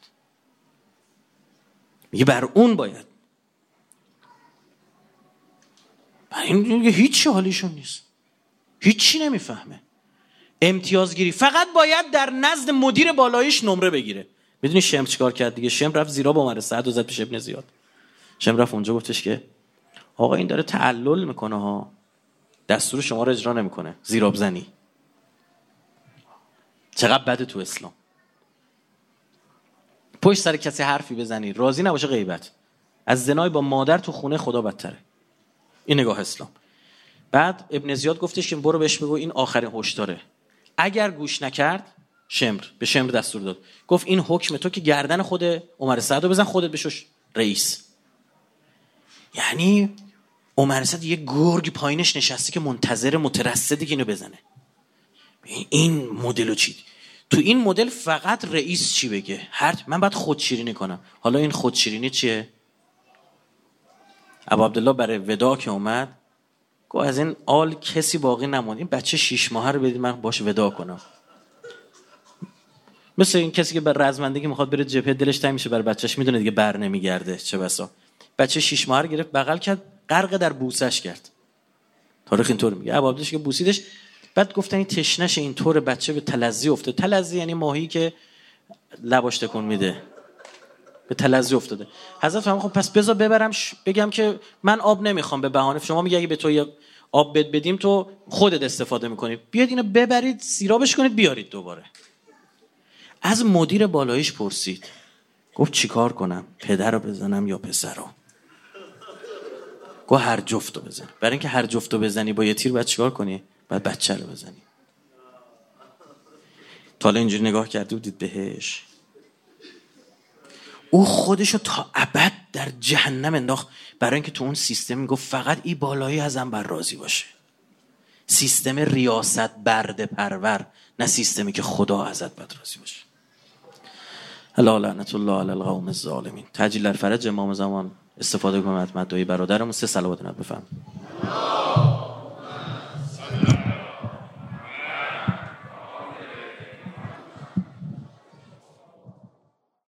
میگه بر اون باید. این هیچ حالیشون نیست، هیچی نمیفهمه. امتیازگیری فقط باید در نزد مدیر بالاییش نمره بگیره. میدونی شمر چیکار کرد دیگه؟ شمر رفت زیرا با عمر سعد و زد پیش ابن زیاد. شمر رفت اونجا گفتش که آقا این داره تعلل میکنه ها، دستور شما رو اجرا نمیکنه، زیراب زنی. چقدر بده تو اسلام. پشت سر کسی حرفی بزنی راضی نباشه غیبت. از زنای با مادر تو خونه خدا بدتره. این نگاه اسلام. بعد ابن زیاد گفتش که برو بهش بگو این آخرین هشداره. اگر گوش نکرد به شمر دستور داد، گفت این حکم تو که گردن خود عمر سعد رو بزن، خودت بشوش رئیس. یعنی عمر سعد یه گرگ پایینش نشسته که منتظر مترصده که اینو بزنه. این مدلو چید؟ تو این مدل فقط رئیس چی بگه من باید خودشیرینی کنم. حالا این خودشیرینی چیه؟ ابا عبدالله برای ودا که اومد گفت از این آل کسی باقی نموند، این بچه 6 ماهه رو بدید من باش ودا کنم. مثل این کسی که بر رزمندگی میخواد بره جبهه دلش تنگ میشه برای بچهش، میدونه دیگه بر نمیگرده، چه بسا بچه 6 ماهه رو گرفت بغل کرد، غرق در بوسش کرد. تاریخ اینطور میگه ابا عبدالله که بوسیدش. بعد گفتن این تشنش اینطور بچه به تلذی افتاد. تلذی یعنی ماهی که لباش تکون میده، به تلذی افتاده. حضرت فرمود خب پس بذار ببرم بگم که من آب نمیخوام، به بهانه شما میگه اگه به تو آب بدیم تو خودت استفاده میکنی، بیاد اینو ببرید سیرابش کنید بیارید دوباره. از مدیر بالاییش پرسید، گفت چیکار کنم، پدر رو بزنم یا پسر رو؟ گفت هر جفت رو بزن. برای اینکه هر جفت رو بزنی با یه تیر باید چیکار کنی؟ باید بچه رو بزنی. تا حالا اینجوری نگاه کرده بودید بهش؟ او خودشو تا ابد در جهنم انداخت برای اینکه تو اون سیستم میگفت فقط این بالایی ازم بر راضی باشه. سیستم ریاست برده پرور، نه سیستمی که خدا ازت بر راضی باشه. الا لعنت الله علی القوم الظالمین. تعجیل در فرج امام زمان استفاده کنیم از مدعای برادرمون. 3 صلوات نبی بفهم.